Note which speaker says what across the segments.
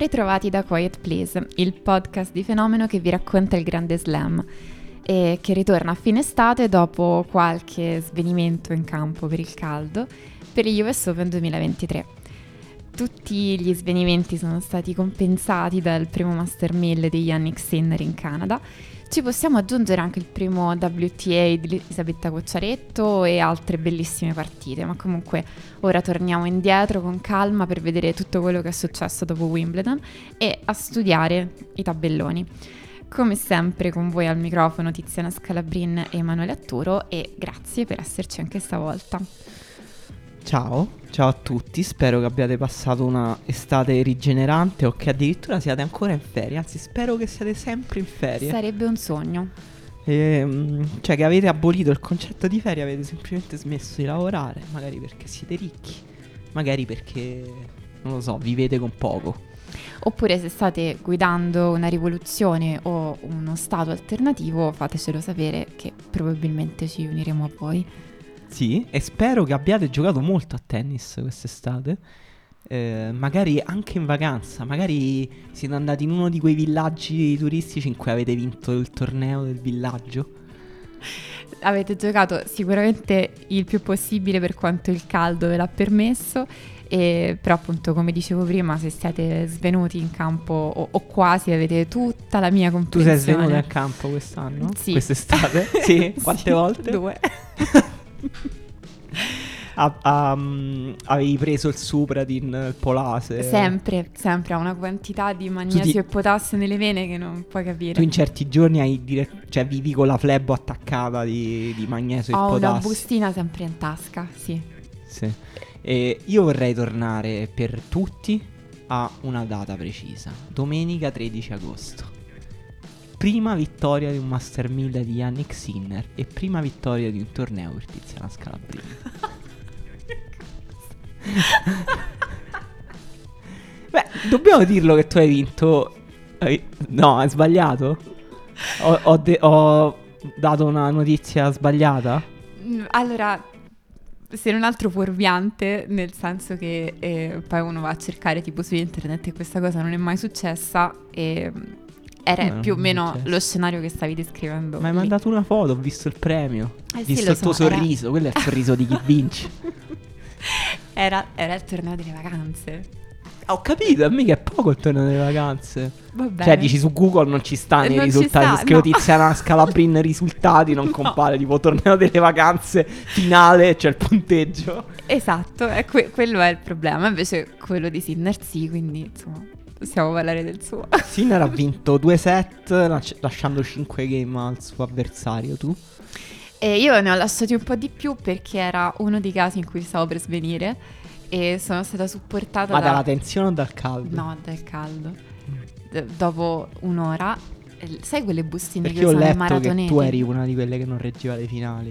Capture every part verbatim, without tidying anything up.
Speaker 1: ritrovati da Quiet Please, il podcast di Fenomeno che vi racconta il grande slam e che ritorna a fine estate dopo qualche svenimento in campo per il caldo per gli U S Open duemilaventitré. Tutti gli svenimenti sono stati compensati dal primo Master mille di Jannik Sinner in Canada. Ci possiamo aggiungere anche il primo W T A di Elisabetta Cocciaretto e altre bellissime partite, ma comunque ora torniamo indietro con calma per vedere tutto quello che è successo dopo Wimbledon e a studiare i tabelloni. Come sempre con voi al microfono Tiziana Scalabrin e Emanuele Atturo, e grazie per esserci anche stavolta.
Speaker 2: Ciao, ciao a tutti, spero che abbiate passato una estate rigenerante o che addirittura siate ancora in ferie, anzi spero che siate sempre in ferie.
Speaker 1: Sarebbe un sogno.
Speaker 2: Ehm, cioè che avete abolito il concetto di ferie, avete semplicemente smesso di lavorare, magari perché siete ricchi, magari perché, non lo so, vivete con poco.
Speaker 1: Oppure se state guidando una rivoluzione o uno stato alternativo, fatecelo sapere che probabilmente ci uniremo a voi.
Speaker 2: Sì, e spero che abbiate giocato molto a tennis quest'estate, eh, magari anche in vacanza, magari siete andati in uno di quei villaggi turistici in cui avete vinto il torneo del villaggio.
Speaker 1: Avete giocato sicuramente il più possibile per quanto il caldo ve l'ha permesso, e, però appunto come dicevo prima, se siete svenuti in campo o, o quasi, avete tutta la mia
Speaker 2: Tu
Speaker 1: comprensione.
Speaker 2: sei svenuto in campo quest'anno?
Speaker 1: Sì.
Speaker 2: Quest'estate? Sì, quante
Speaker 1: Sì,
Speaker 2: volte?
Speaker 1: Due.
Speaker 2: Ah, ah, um, avevi preso il Supradin, il Polase?
Speaker 1: Sempre, sempre ha una quantità di magnesio
Speaker 2: ti-
Speaker 1: e potassio nelle vene che non puoi capire.
Speaker 2: Tu in certi giorni hai dire- cioè vivi con la flebo attaccata di, di magnesio e
Speaker 1: Ho
Speaker 2: potassio.
Speaker 1: una bustina sempre in tasca, sì.
Speaker 2: Sì. E io vorrei tornare per tutti a una data precisa, domenica tredici agosto. Prima vittoria di un Master mille di Jannik Sinner e prima vittoria di un torneo per Tiziana Scalabrini. Beh, dobbiamo dirlo che tu hai vinto. hai- No, hai sbagliato? Ho, ho de- ho dato una notizia sbagliata?
Speaker 1: Mm, Allora, se non altro fuorviante, nel senso che eh, poi uno va a cercare tipo su internet e questa cosa non è mai successa, e mm, era
Speaker 2: Come
Speaker 1: più o
Speaker 2: non è
Speaker 1: meno
Speaker 2: successo?
Speaker 1: lo scenario che stavi descrivendo.
Speaker 2: Ma hai
Speaker 1: lì.
Speaker 2: mandato una foto, ho visto il premio.
Speaker 1: Eh
Speaker 2: Ho
Speaker 1: sì,
Speaker 2: visto
Speaker 1: lo
Speaker 2: il tuo
Speaker 1: so, era-
Speaker 2: sorriso, quello è il sorriso di chi vince.
Speaker 1: Era, era il torneo delle vacanze.
Speaker 2: Ho capito, a me che è poco il torneo delle vacanze.
Speaker 1: Va bene.
Speaker 2: Cioè, dici su Google non ci sta nei
Speaker 1: Non ci
Speaker 2: risultati.
Speaker 1: sta,
Speaker 2: Se scrivo
Speaker 1: no.
Speaker 2: Tiziana Scalabrin risultati, non
Speaker 1: No.
Speaker 2: compare tipo torneo delle vacanze finale, c'è il punteggio.
Speaker 1: Esatto, è que- quello è il problema. Invece quello di Sinner sì, quindi insomma possiamo parlare del suo.
Speaker 2: Sinner ha vinto due set, lasci- lasciando cinque game al suo avversario. Tu?
Speaker 1: E io ne ho lasciati un po' di più perché era uno dei casi in cui stavo per svenire e sono stata supportata
Speaker 2: Ma
Speaker 1: da...
Speaker 2: dalla tensione o dal caldo?
Speaker 1: No, dal caldo. D- dopo un'ora, eh, sai quelle bustine
Speaker 2: Perché
Speaker 1: che
Speaker 2: ho
Speaker 1: usano i
Speaker 2: letto che
Speaker 1: maratoneti?
Speaker 2: tu eri una di quelle che non reggeva le finali.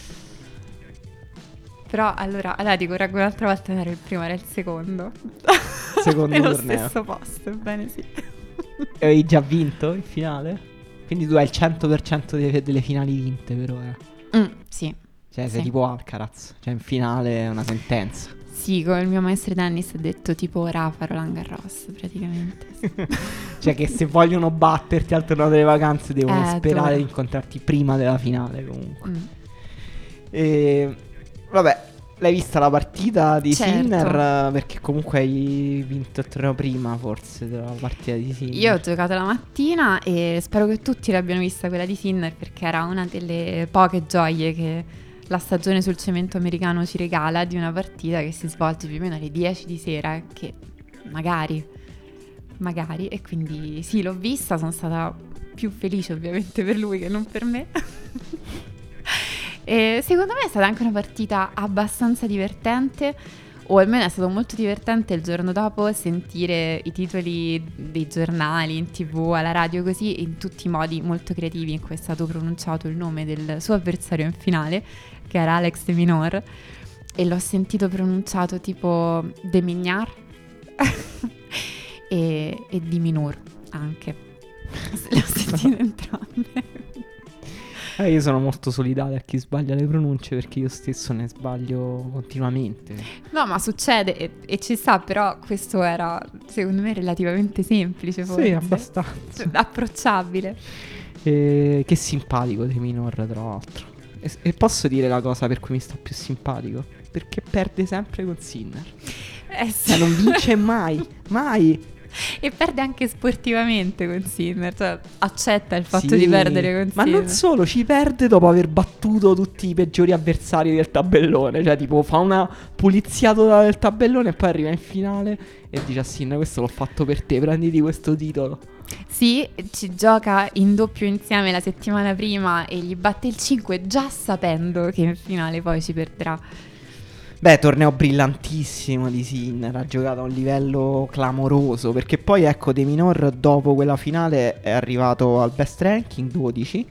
Speaker 1: Però allora, allora ti correggo un'altra volta, non era il primo, era il secondo.
Speaker 2: Secondo
Speaker 1: Nello
Speaker 2: torneo.
Speaker 1: stesso posto, ebbene sì.
Speaker 2: E avevi già vinto il finale? Quindi tu hai il cento per cento delle, delle finali vinte per ora.
Speaker 1: Mm, sì.
Speaker 2: Cioè sei
Speaker 1: Sì.
Speaker 2: tipo Alcaraz. Cioè in finale è una sentenza.
Speaker 1: Sì, come il mio maestro di tennis ha detto, tipo Rafa Roland Garros, praticamente. Sì.
Speaker 2: Cioè che se vogliono batterti al torneo delle vacanze devono
Speaker 1: Eh,
Speaker 2: sperare
Speaker 1: dura.
Speaker 2: di incontrarti prima della finale comunque.
Speaker 1: Mm.
Speaker 2: E vabbè, l'hai vista la partita di
Speaker 1: Certo.
Speaker 2: Sinner? Perché comunque hai vinto il torneo prima forse della partita di Sinner.
Speaker 1: Io ho giocato la mattina e spero che tutti l'abbiano vista quella di Sinner, perché era una delle poche gioie che la stagione sul cemento americano ci regala, di una partita che si svolge più o meno alle dieci di sera, che magari, magari, e quindi sì, l'ho vista, sono stata più felice ovviamente per lui che non per me. E secondo me è stata anche una partita abbastanza divertente, o almeno è stato molto divertente il giorno dopo sentire i titoli dei giornali in tv, alla radio, così, in tutti i modi molto creativi in cui è stato pronunciato il nome del suo avversario in finale, che era Alex de Minaur, e l'ho sentito pronunciato tipo de Mignar e, e di Minur anche. Le ho sentite entrambe.
Speaker 2: Eh, io sono molto solidale a chi sbaglia le pronunce perché io stesso ne sbaglio continuamente.
Speaker 1: No, ma succede e, e ci sta, però questo era secondo me relativamente semplice forse.
Speaker 2: Sì, abbastanza.
Speaker 1: Approcciabile.
Speaker 2: E che simpatico De Minor, tra l'altro. E, e posso dire la cosa per cui mi sta più simpatico? Perché perde sempre con Sinner.
Speaker 1: Eh sì.
Speaker 2: Cioè non vince mai, mai.
Speaker 1: E perde anche sportivamente con Sinner, cioè accetta il fatto
Speaker 2: Sì,
Speaker 1: di perdere con
Speaker 2: ma
Speaker 1: Sinner.
Speaker 2: non solo, ci perde dopo aver battuto tutti i peggiori avversari del tabellone. Cioè tipo fa una pulizia totale del tabellone e poi arriva in finale e dice a Sinner: questo l'ho fatto per te, prenditi questo titolo.
Speaker 1: Sì, ci gioca in doppio insieme la settimana prima e gli batte il cinque già sapendo che in finale poi ci perderà.
Speaker 2: Beh, torneo brillantissimo di Sinner, ha giocato a un livello clamoroso, perché poi ecco De Minor dopo quella finale è arrivato al best ranking dodici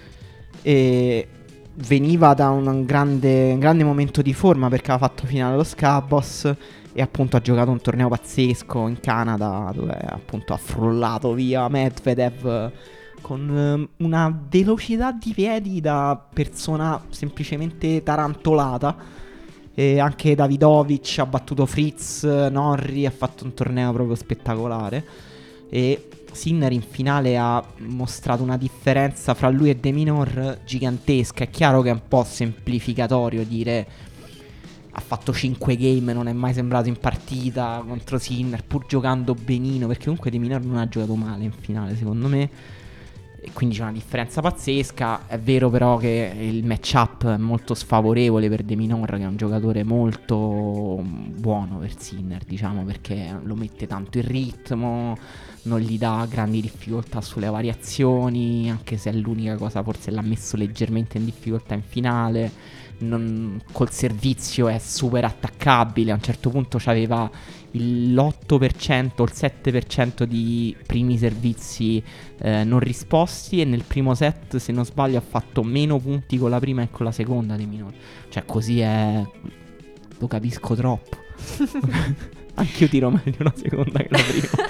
Speaker 2: e veniva da un grande, un grande momento di forma perché aveva fatto finale allo Scabos e appunto ha giocato un torneo pazzesco in Canada dove appunto ha frullato via Medvedev con eh, una velocità di piedi da persona semplicemente tarantolata. E anche Davidovic ha battuto Fritz, Norrie, ha fatto un torneo proprio spettacolare. E Sinner in finale ha mostrato una differenza fra lui e De Minor gigantesca. È chiaro che è un po' semplificatorio dire ha fatto cinque game, non è mai sembrato in partita contro Sinner, pur giocando benino, perché comunque De Minor non ha giocato male in finale secondo me. E quindi c'è una differenza pazzesca. È vero però che il matchup è molto sfavorevole per De Minor, che è un giocatore molto buono per Sinner, diciamo, perché lo mette tanto in ritmo, non gli dà grandi difficoltà sulle variazioni, anche se è l'unica cosa forse l'ha messo leggermente in difficoltà in finale. Non, col servizio è super attaccabile. A un certo punto c'aveva l'otto per cento o il sette per cento di primi servizi eh, non risposti, e nel primo set, se non sbaglio, ha fatto meno punti con la prima e con la seconda di Minor. Cioè così è... lo capisco troppo. Anch'io tiro meglio una seconda che la prima.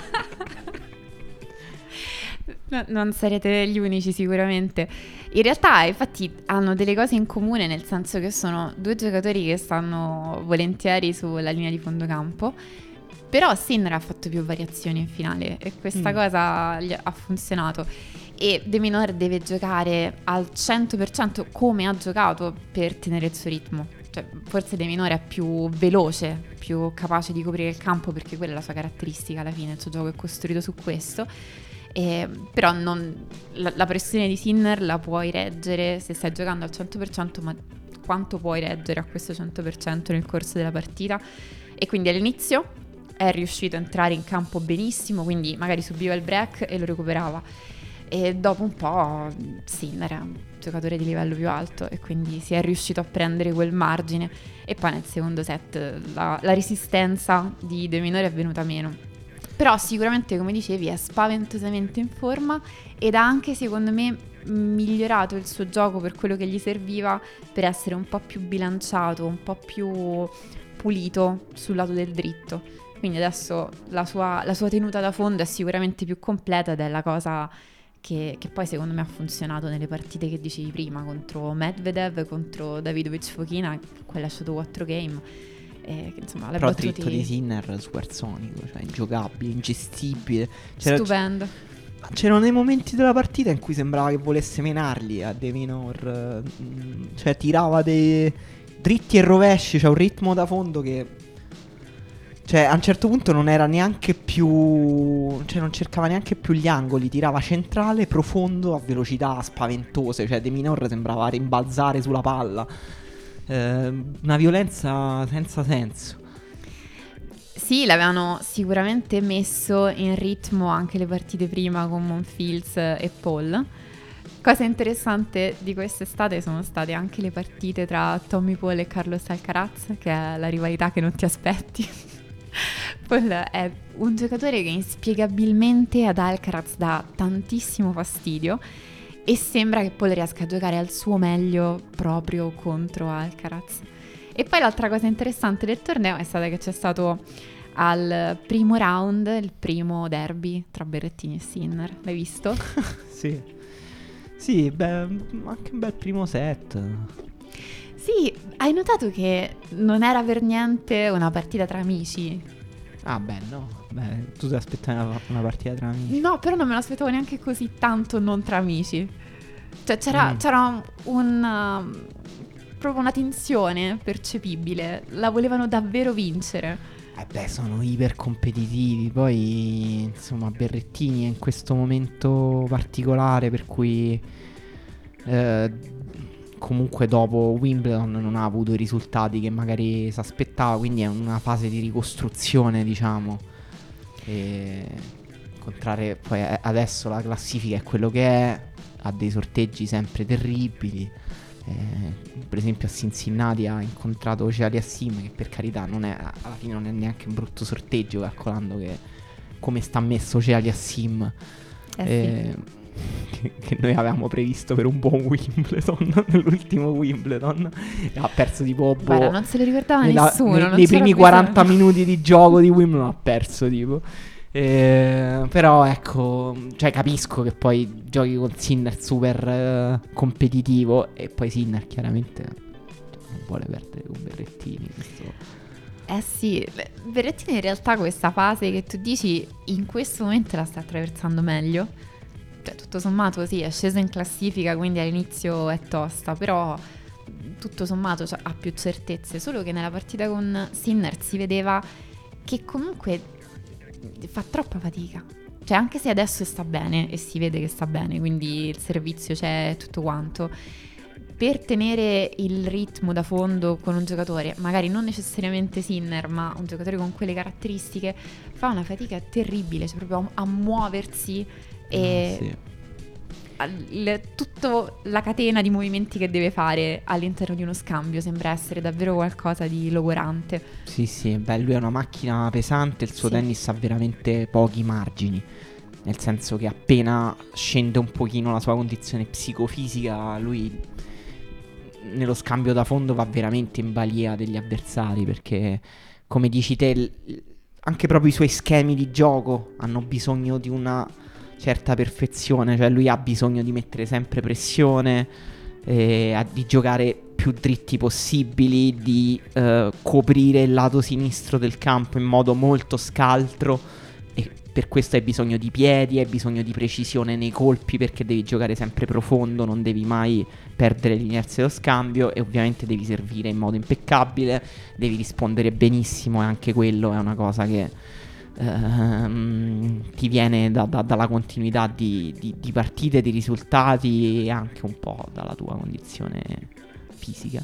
Speaker 1: No, non sarete gli unici sicuramente. In realtà infatti hanno delle cose in comune, nel senso che sono due giocatori che stanno volentieri sulla linea di fondo campo. Però Sinner ha fatto più variazioni in finale e questa mm. cosa gli ha funzionato. E De Minor deve giocare al cento per cento come ha giocato per tenere il suo ritmo. Cioè, forse De Minor è più veloce, più capace di coprire il campo, perché quella è la sua caratteristica alla fine, il suo gioco è costruito su questo. Eh, però non, la, la pressione di Sinner la puoi reggere se stai giocando al cento per cento, ma quanto puoi reggere a questo cento per cento nel corso della partita? E quindi all'inizio è riuscito a entrare in campo benissimo, quindi magari subiva il break e lo recuperava, e dopo un po' Sinner è un giocatore di livello più alto e quindi si è riuscito a prendere quel margine, e poi nel secondo set la, la resistenza di De Minor è venuta meno. Però sicuramente, come dicevi, è spaventosamente in forma ed ha anche, secondo me, migliorato il suo gioco per quello che gli serviva, per essere un po' più bilanciato, un po' più pulito sul lato del dritto. Quindi adesso la sua, la sua tenuta da fondo è sicuramente più completa, ed è la cosa che, che poi secondo me ha funzionato nelle partite che dicevi prima, contro Medvedev, contro Davidovic Fokina, quella ha lasciato quattro game. Eh, che, insomma,
Speaker 2: però il
Speaker 1: battuti...
Speaker 2: dritto di Sinner supersonico, cioè ingiocabile, ingestibile. C'era,
Speaker 1: stupendo.
Speaker 2: C'erano dei momenti della partita in cui sembrava che volesse menarli a De Minor, cioè tirava dei dritti e rovesci, cioè un ritmo da fondo che, cioè a un certo punto non era neanche più, cioè non cercava neanche più gli angoli, tirava centrale, profondo, a velocità spaventose, cioè De Minor sembrava rimbalzare sulla palla. Una violenza senza senso.
Speaker 1: Sì, l'avevano sicuramente messo in ritmo anche le partite prima con Monfils e Paul. Cosa interessante di quest'estate sono state anche le partite tra Tommy Paul e Carlos Alcaraz, che è la rivalità che non ti aspetti. Paul è un giocatore che inspiegabilmente ad Alcaraz dà tantissimo fastidio, e sembra che Paul riesca a giocare al suo meglio proprio contro Alcaraz. E poi l'altra cosa interessante del torneo è stata che c'è stato al primo round il primo derby tra Berrettini e Sinner. L'hai visto?
Speaker 2: Sì. Sì, beh, anche un bel primo set.
Speaker 1: Sì, hai notato che non era per niente una partita tra amici?
Speaker 2: Ah, beh, no. Beh, tu ti aspettavi una, una partita tra amici?
Speaker 1: No, però non me l'aspettavo neanche così tanto non tra amici. Cioè c'era,
Speaker 2: Mm.
Speaker 1: c'era un... um, proprio una tensione percepibile. La volevano davvero vincere.
Speaker 2: Eh beh, sono iper competitivi. Poi, insomma, Berrettini è in questo momento particolare per cui eh, comunque dopo Wimbledon non ha avuto i risultati che magari si aspettava, quindi è una fase di ricostruzione, diciamo. E incontrare poi eh, adesso la classifica è quello che è, ha dei sorteggi sempre terribili. Eh, per esempio a Cincinnati ha incontrato Oceali Assim, che per carità non è, alla fine non è neanche un brutto sorteggio, calcolando che come sta messo Oceali Assim,
Speaker 1: Eh
Speaker 2: eh, che, che noi avevamo previsto per un buon Wimbledon nell'ultimo Wimbledon, e ha perso tipo boh,
Speaker 1: Guarda, non se lo ricordava
Speaker 2: nella-
Speaker 1: nessuno.
Speaker 2: nei,
Speaker 1: non
Speaker 2: nei
Speaker 1: c'era
Speaker 2: primi
Speaker 1: bisogno.
Speaker 2: quaranta minuti di gioco di Wimbledon ha perso tipo. Eh, però ecco, cioè capisco che poi giochi con Sinner super eh, competitivo, e poi Sinner chiaramente non vuole perdere con Berrettini. Questo...
Speaker 1: Eh sì, beh, Berrettini in realtà questa fase che tu dici in questo momento la sta attraversando meglio. Cioè tutto sommato sì, è sceso in classifica, quindi all'inizio è tosta, però tutto sommato cioè, ha più certezze. Solo che nella partita con Sinner si vedeva che comunque fa troppa fatica. Cioè anche se adesso sta bene e si vede che sta bene, quindi il servizio c'è tutto quanto, per tenere il ritmo da fondo con un giocatore, magari non necessariamente Sinner, ma un giocatore con quelle caratteristiche, fa una fatica terribile, cioè proprio a, a muoversi e
Speaker 2: Ah, sì.
Speaker 1: al- tutta la catena di movimenti che deve fare all'interno di uno scambio sembra essere davvero qualcosa di logorante.
Speaker 2: Sì, sì, beh, lui è una macchina pesante, il suo
Speaker 1: Sì.
Speaker 2: tennis ha veramente pochi margini. Nel senso che appena scende un pochino la sua condizione psicofisica, lui nello scambio da fondo va veramente in balia degli avversari, perché come dici te, l- anche proprio i suoi schemi di gioco hanno bisogno di una certa perfezione, cioè lui ha bisogno di mettere sempre pressione, eh, a- di giocare più dritti possibili, di eh, coprire il lato sinistro del campo in modo molto scaltro, e per questo hai bisogno di piedi, hai bisogno di precisione nei colpi, perché devi giocare sempre profondo, non devi mai perdere l'inerzia dello scambio, e ovviamente devi servire in modo impeccabile, devi rispondere benissimo, e anche quello è una cosa che ehm, ti viene da- da- dalla continuità di, di- di partite, di risultati, e anche un po' dalla tua condizione fisica.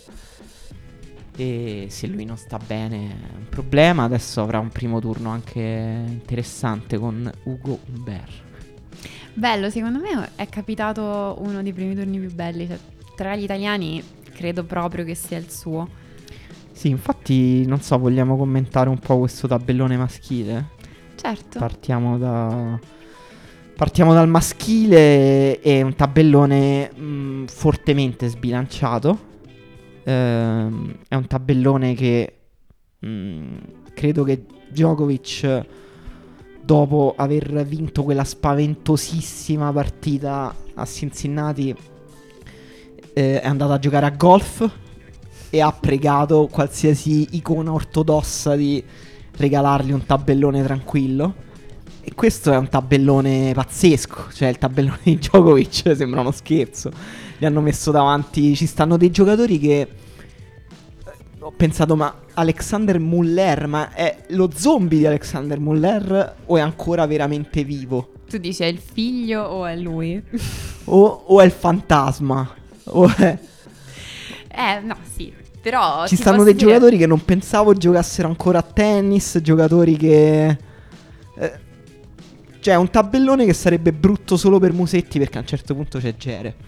Speaker 2: E se lui non sta bene è un problema. Adesso avrà un primo turno anche interessante con Ugo Humbert.
Speaker 1: Bello, secondo me è capitato uno dei primi turni più belli, cioè, tra gli italiani credo proprio che sia il suo.
Speaker 2: Sì, infatti, non so, vogliamo commentare un po' questo tabellone maschile?
Speaker 1: Certo.
Speaker 2: Partiamo da... Partiamo dal maschile. È un tabellone mh, fortemente sbilanciato. Ehm, è un tabellone che mh, credo che Djokovic, dopo aver vinto quella spaventosissima partita a Cincinnati, eh, è andato a giocare a golf e ha pregato qualsiasi icona ortodossa di regalargli un tabellone tranquillo. E questo è un tabellone pazzesco. Cioè il tabellone di Djokovic sembra uno scherzo. Gli hanno messo davanti, ci stanno dei giocatori che eh, ho pensato, ma Alexander Muller, ma è lo zombie di Alexander Muller o è ancora veramente vivo?
Speaker 1: Tu dici è il figlio o è lui?
Speaker 2: O, o è il fantasma? O è...
Speaker 1: Eh, no, sì. Però
Speaker 2: Ci
Speaker 1: ti
Speaker 2: stanno
Speaker 1: posso
Speaker 2: dei
Speaker 1: dire-
Speaker 2: giocatori che non pensavo giocassero ancora a tennis, giocatori che... eh, cioè un tabellone che sarebbe brutto solo per Musetti, perché a un certo punto c'è Gere.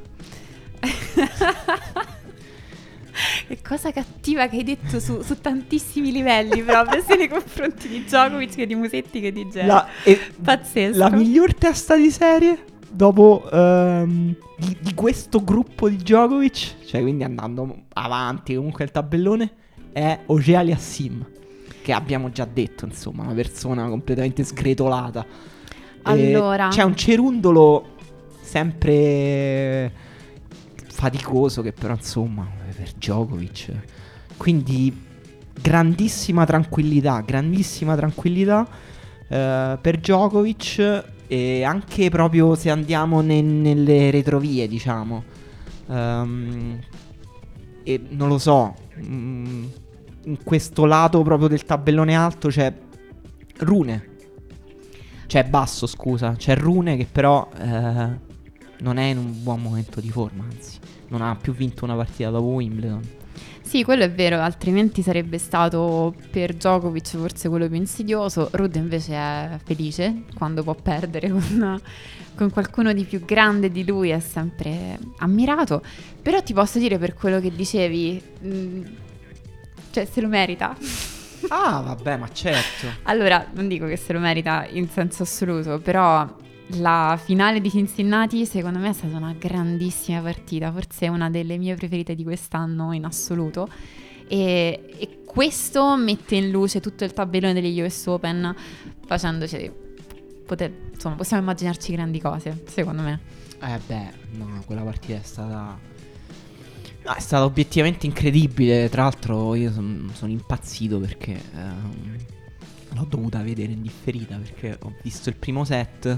Speaker 1: Che cosa cattiva che hai detto su, su tantissimi livelli, proprio sia nei confronti di Djokovic che di Musetti che di Gere.
Speaker 2: La, e-
Speaker 1: Pazzesco.
Speaker 2: La miglior testa di serie dopo ehm, di, di questo gruppo di Djokovic, cioè quindi andando avanti comunque il tabellone, è Oceali Assim, che abbiamo già detto, insomma, una persona completamente sgretolata. E
Speaker 1: Allora.
Speaker 2: c'è un cerundolo sempre faticoso, che però insomma per Djokovic. Quindi grandissima tranquillità, grandissima tranquillità eh, per Djokovic. E anche proprio se andiamo ne- nelle retrovie, diciamo, um, e non lo so, mm, in questo lato proprio del tabellone alto c'è Rune, c'è basso scusa, c'è Rune che però eh, non è in un buon momento di forma, anzi non ha più vinto una partita dopo Wimbledon.
Speaker 1: Sì, quello è vero, altrimenti sarebbe stato per Djokovic forse quello più insidioso. Ruud invece è felice quando può perdere con, con qualcuno di più grande di lui, è sempre ammirato. Però ti posso dire, per quello che dicevi, mh, cioè se lo merita.
Speaker 2: Ah, vabbè, ma certo.
Speaker 1: Allora, non dico che se lo merita in senso assoluto, però la finale di Cincinnati secondo me è stata una grandissima partita, forse una delle mie preferite di quest'anno in assoluto, e, e questo mette in luce tutto il tabellone degli U S Open, facendoci poter, insomma, possiamo immaginarci grandi cose, secondo me.
Speaker 2: Eh beh, no, quella partita è stata no, è stata obiettivamente incredibile. Tra l'altro io son- sono impazzito perché ehm, l'ho dovuta vedere in differita, perché ho visto il primo set,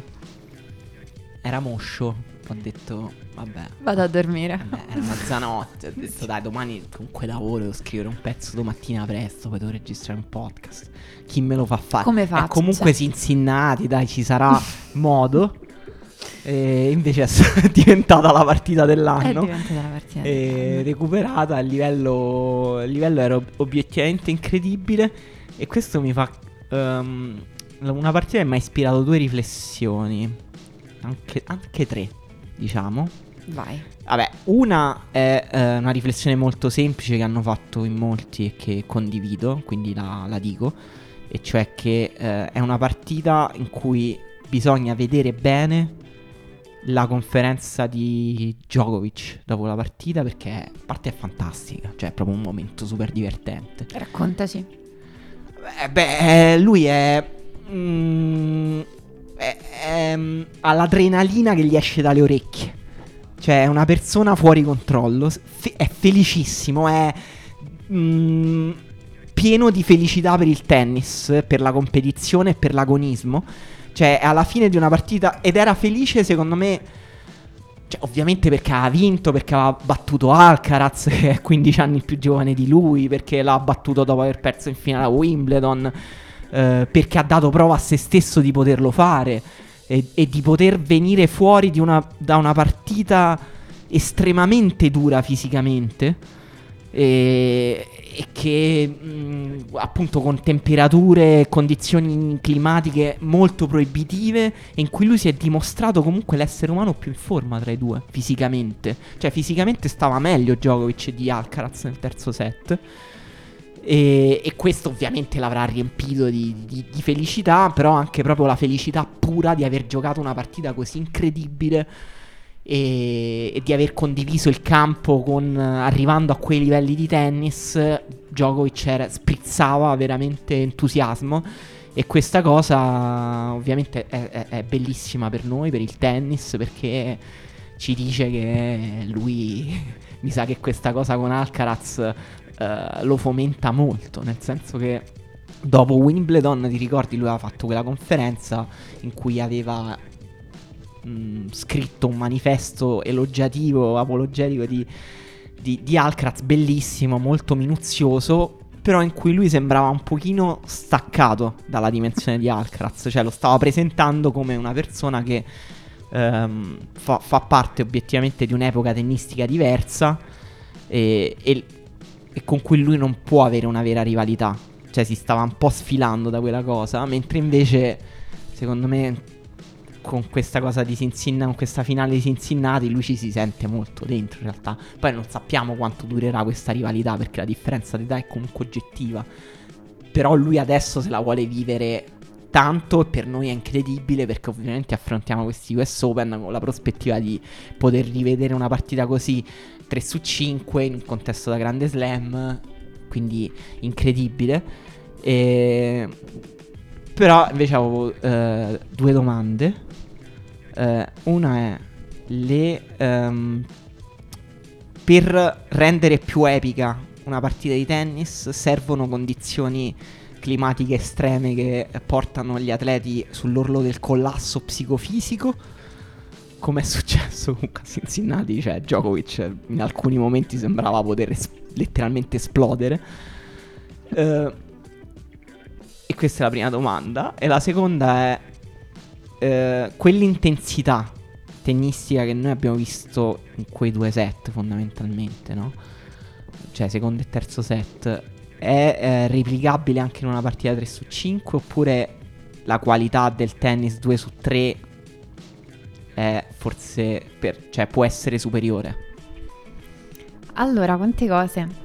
Speaker 2: era moscio, ho detto vabbè,
Speaker 1: Vado a dormire.
Speaker 2: vabbè, era mezzanotte, ho detto dai, domani comunque lavoro, devo scrivere un pezzo domattina presto, poi devo registrare un podcast, chi me lo fa fare?
Speaker 1: Come
Speaker 2: E
Speaker 1: faccio?
Speaker 2: comunque
Speaker 1: Cioè,
Speaker 2: Cincinnati, dai, ci sarà modo. E invece è diventata la partita
Speaker 1: è
Speaker 2: dell'anno.
Speaker 1: diventata la partita
Speaker 2: E
Speaker 1: dell'anno.
Speaker 2: recuperata a livello, il livello era ob- obiettivamente incredibile. E questo mi fa ehm, una partita che mi ha ispirato due riflessioni, anche, anche tre, diciamo.
Speaker 1: Vai.
Speaker 2: Vabbè, una è eh, una riflessione molto semplice che hanno fatto in molti e che condivido, quindi la, la dico, e cioè che eh, è una partita in cui bisogna vedere bene la conferenza di Djokovic dopo la partita, perché a parte è fantastica, cioè è proprio un momento super divertente.
Speaker 1: Raccontaci.
Speaker 2: Eh, beh, lui è, mm, è, è mm, ha l'adrenalina che gli esce dalle orecchie. Cioè è una persona fuori controllo, fe- è felicissimo, è mm, pieno di felicità per il tennis, per la competizione e per l'agonismo. Cioè è alla fine di una partita ed era felice, secondo me, cioè, ovviamente perché ha vinto, perché aveva battuto Alcaraz, che è quindici anni più giovane di lui, perché l'ha battuto dopo aver perso in finale a Wimbledon, eh, perché ha dato prova a se stesso di poterlo fare e, e di poter venire fuori di una, da una partita estremamente dura fisicamente, e, e che mh, appunto con temperature e condizioni climatiche molto proibitive, e in cui lui si è dimostrato comunque l'essere umano più in forma tra i due fisicamente. Cioè fisicamente stava meglio Djokovic di Alcaraz nel terzo set. E, e questo ovviamente l'avrà riempito di, di, di felicità, però anche proprio la felicità pura di aver giocato una partita così incredibile e, e di aver condiviso il campo con, arrivando a quei livelli di tennis. Djokovic era, sprizzava veramente entusiasmo, e questa cosa ovviamente è, è, è bellissima per noi, per il tennis, perché ci dice che lui mi sa che questa cosa con Alcaraz Uh, lo fomenta molto, nel senso che dopo Wimbledon, ti ricordi, lui aveva fatto quella conferenza in cui aveva mh, scritto un manifesto elogiativo, apologetico di, di, di Alcaraz, bellissimo, molto minuzioso, però in cui lui sembrava un pochino staccato dalla dimensione di Alcaraz, cioè lo stava presentando come una persona che um, fa, fa parte obiettivamente di un'epoca tennistica diversa, e, e e con cui lui non può avere una vera rivalità. Cioè si stava un po' sfilando da quella cosa, mentre invece secondo me con questa cosa di Cincinnati, con questa finale di Cincinnati, lui ci si sente molto dentro in realtà. Poi non sappiamo quanto durerà questa rivalità, perché la differenza d'età è comunque oggettiva, però lui adesso se la vuole vivere tanto, e per noi è incredibile, perché ovviamente affrontiamo questi U S Open con la prospettiva di poter rivedere una partita così tre su cinque in un contesto da grande slam, quindi incredibile. E... però invece avevo eh, due domande. Eh, una è: le um, per rendere più epica una partita di tennis servono condizioni climatiche estreme che portano gli atleti sull'orlo del collasso psicofisico, come è successo comunque a Cincinnati. Cioè Djokovic in alcuni momenti sembrava poter es- letteralmente esplodere. uh, E questa è la prima domanda. E la seconda è uh, quell'intensità tennistica che noi abbiamo visto in quei due set fondamentalmente, no? Cioè secondo e terzo set è eh, replicabile anche in una partita tre su cinque, oppure la qualità del tennis due su tre è forse per, cioè può essere superiore?
Speaker 1: Allora, quante cose.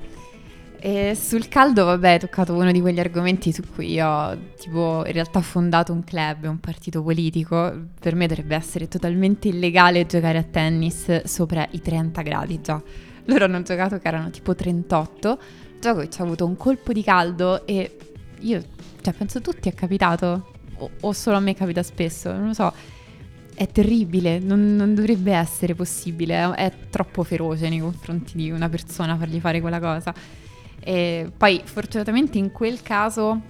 Speaker 1: E sul caldo, vabbè, hai toccato uno di quegli argomenti su cui ho tipo in realtà fondato un club, un partito politico. Per me dovrebbe essere totalmente illegale giocare a tennis sopra i trenta gradi già. Loro hanno giocato che erano tipo trentotto. Djokovic ha avuto un colpo di caldo e io, cioè penso tutti è capitato, o, o solo a me capita spesso, non lo so. È terribile, non, non dovrebbe essere possibile, è, è troppo feroce nei confronti di una persona fargli fare quella cosa. E poi fortunatamente in quel caso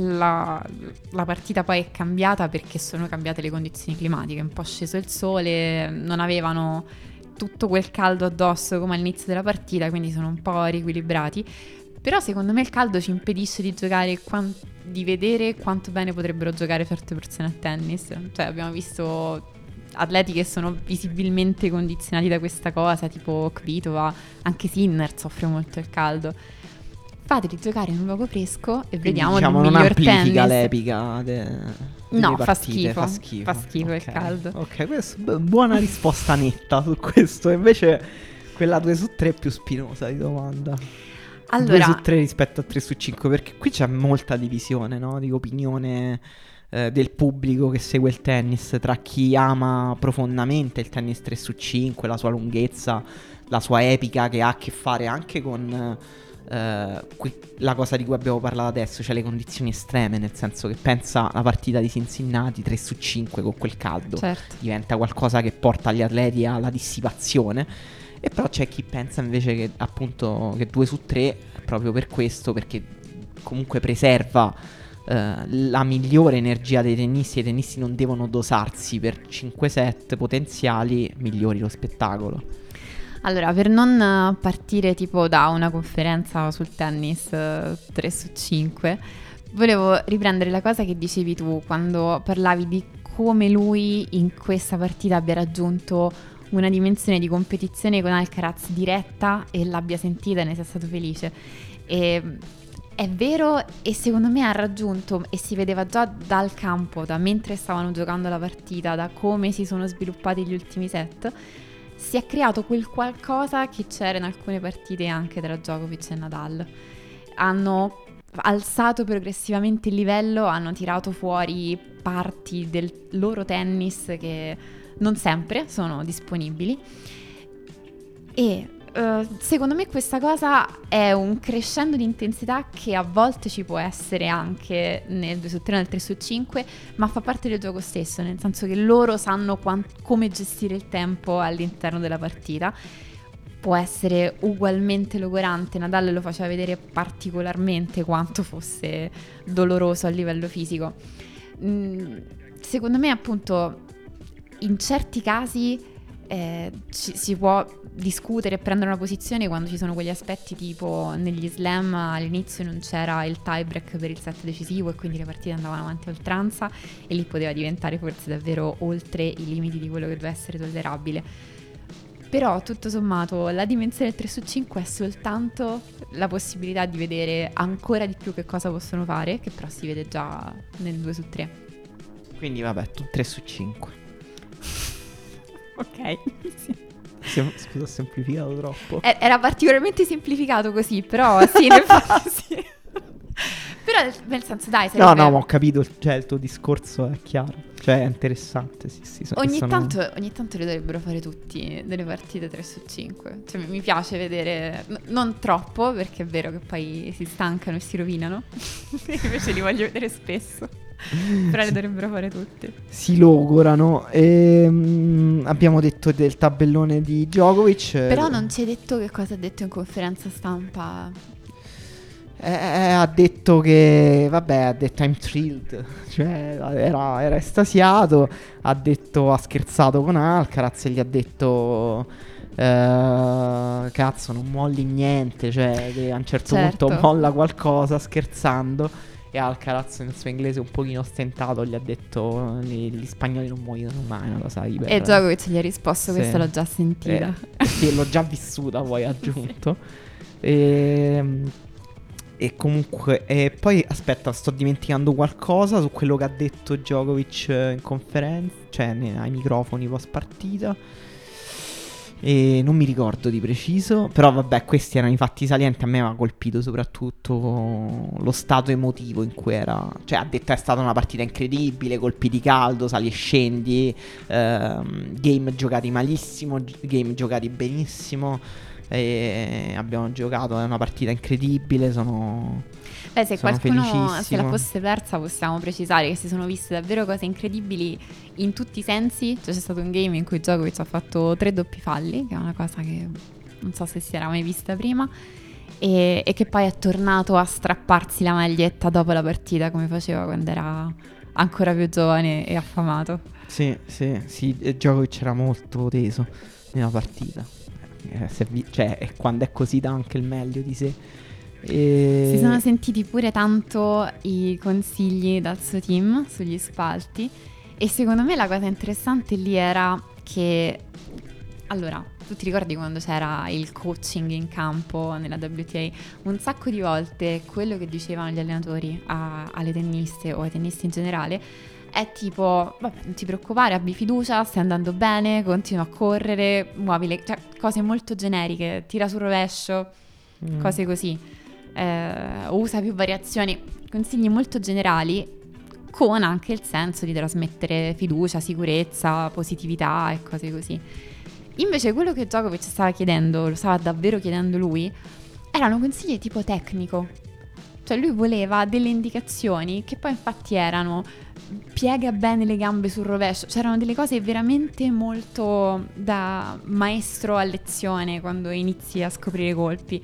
Speaker 1: la, la partita poi è cambiata perché sono cambiate le condizioni climatiche, è un po' sceso il sole, non avevano tutto quel caldo addosso come all'inizio della partita, quindi sono un po' riequilibrati. Però secondo me il caldo ci impedisce di giocare, quant- di vedere quanto bene potrebbero giocare certe persone a tennis. Cioè abbiamo visto atleti che sono visibilmente condizionati da questa cosa, tipo Kvitova, anche Sinner soffre molto il caldo. Fateli giocare in un luogo fresco e
Speaker 2: Quindi,
Speaker 1: vediamo
Speaker 2: diciamo,
Speaker 1: il
Speaker 2: non
Speaker 1: miglior
Speaker 2: amplifica
Speaker 1: tennis.
Speaker 2: l'epica de-
Speaker 1: No,
Speaker 2: delle
Speaker 1: fa
Speaker 2: partite,
Speaker 1: schifo,
Speaker 2: fa schifo,
Speaker 1: fa schifo il
Speaker 2: Ok.
Speaker 1: caldo.
Speaker 2: Ok, questa è buona risposta netta su questo. Invece quella due su tre è più spinosa di domanda.
Speaker 1: Allora,
Speaker 2: due su tre rispetto a tre su cinque, perché qui c'è molta divisione, no? Di opinione eh, del pubblico che segue il tennis, tra chi ama profondamente il tennis tre su cinque, la sua lunghezza, la sua epica che ha a che fare anche con eh, qui- la cosa di cui abbiamo parlato adesso, cioè le condizioni estreme, nel senso che pensa la partita di Cincinnati tre su cinque con quel caldo
Speaker 1: certo.
Speaker 2: diventa qualcosa che porta gli atleti alla dissipazione. E però c'è chi pensa invece che appunto che due su tre proprio per questo, perché comunque preserva eh, la migliore energia dei tennisti. E i tennisti non devono dosarsi per cinque set potenziali, migliori lo spettacolo.
Speaker 1: Allora, per non eh, partire tipo da una conferenza sul tennis eh, tre su cinque, volevo riprendere la cosa che dicevi tu quando parlavi di come lui in questa partita abbia raggiunto una dimensione di competizione con Alcaraz diretta e l'abbia sentita e ne sia stato felice. E è vero, e secondo me ha raggiunto, e si vedeva già dal campo, da mentre stavano giocando la partita, da come si sono sviluppati gli ultimi set, si è creato quel qualcosa che c'era in alcune partite anche tra Djokovic e Nadal. Hanno alzato progressivamente il livello, hanno tirato fuori parti del loro tennis che non sempre sono disponibili e uh, secondo me questa cosa è un crescendo di intensità che a volte ci può essere anche nel due su tre, nel tre su cinque, ma fa parte del gioco stesso, nel senso che loro sanno quant- come gestire il tempo all'interno della partita. Può essere ugualmente logorante, Nadal lo faceva vedere particolarmente quanto fosse doloroso a livello fisico. Mm, secondo me appunto in certi casi eh, ci, si può discutere e prendere una posizione quando ci sono quegli aspetti tipo negli slam all'inizio non c'era il tie break per il set decisivo e quindi le partite andavano avanti a oltranza e lì poteva diventare forse davvero oltre i limiti di quello che doveva essere tollerabile. Però tutto sommato la dimensione del tre su cinque è soltanto la possibilità di vedere ancora di più che cosa possono fare, che però si vede già nel due su tre.
Speaker 2: Quindi vabbè, tu tre su cinque.
Speaker 1: Ok, sì.
Speaker 2: Sem- Scusa, ho semplificato troppo.
Speaker 1: E- Era particolarmente semplificato così, però sì, nel fatto sì. Però nel senso dai,
Speaker 2: No,
Speaker 1: sarebbe...
Speaker 2: no, ma ho capito, cioè il tuo discorso è chiaro. Cioè è interessante, sì, sì, so-
Speaker 1: Ogni,
Speaker 2: sono...
Speaker 1: tanto, ogni tanto le dovrebbero fare tutti delle partite tre su cinque. Cioè mi- mi piace vedere, n- non troppo, perché è vero che poi si stancano e si rovinano. Invece li voglio vedere spesso. Però le
Speaker 2: si,
Speaker 1: dovrebbero fare tutti.
Speaker 2: si logorano. E, abbiamo detto del tabellone di Djokovic.
Speaker 1: Però non ci hai detto che cosa ha detto in conferenza stampa.
Speaker 2: Eh, eh, ha detto che, vabbè, ha detto I'm thrilled, cioè era, era estasiato, ha detto, ha scherzato con Alcaraz e gli ha detto, eh, cazzo, non molli niente, cioè che a un certo
Speaker 1: Certo.
Speaker 2: punto molla qualcosa scherzando, e Alcaraz nel suo inglese un pochino ostentato gli ha detto, gli, gli spagnoli non muoiono mai, una cosa iper...
Speaker 1: E Djokovic gli ha risposto,
Speaker 2: Sì.
Speaker 1: questa l'ho già sentita.
Speaker 2: Eh, sì, l'ho già vissuta, poi ha aggiunto. E, e comunque, e poi aspetta, sto dimenticando qualcosa su quello che ha detto Djokovic in conferenza, cioè nei- ai microfoni post partita. E non mi ricordo di preciso, però vabbè, questi erano i fatti salienti. A me mi ha colpito soprattutto lo stato emotivo in cui era. Cioè, ha detto è stata una partita incredibile, colpi di caldo, sali e scendi, ehm, game giocati malissimo, gi- game giocati benissimo. E abbiamo giocato, è una partita incredibile, sono...
Speaker 1: Beh, se
Speaker 2: sono
Speaker 1: qualcuno se la
Speaker 2: felicissimo.
Speaker 1: fosse persa possiamo precisare che si sono viste davvero cose incredibili in tutti i sensi. Cioè, c'è stato un game in cui Djokovic ha fatto tre doppi falli, che è una cosa che non so se si era mai vista prima, e, e che poi è tornato a strapparsi la maglietta dopo la partita come faceva quando era ancora più giovane e affamato.
Speaker 2: Sì, sì, sì, e Djokovic era molto teso nella partita. Eh, se vi- cioè, è quando è così dà anche il meglio di sé. E...
Speaker 1: Si sono sentiti pure tanto i consigli dal suo team sugli spalti, e secondo me la cosa interessante lì era che, allora, tu ti ricordi quando c'era il coaching in campo nella W T A? Un sacco di volte quello che dicevano gli allenatori a- alle tenniste o ai tennisti in generale è tipo, vabbè, non ti preoccupare, abbi fiducia, stai andando bene, continua a correre, muovi le... cioè cose molto generiche, tira sul rovescio,
Speaker 2: Mm.
Speaker 1: cose così. Eh, usa più variazioni, consigli molto generali, con anche il senso di trasmettere fiducia, sicurezza, positività e cose così. Invece quello che Djokovic stava chiedendo, lo stava davvero chiedendo lui, erano consigli tipo tecnico. Cioè lui voleva delle indicazioni che poi infatti erano: piega bene le gambe sul rovescio. C'erano delle cose veramente molto da maestro a lezione quando inizi a scoprire i colpi.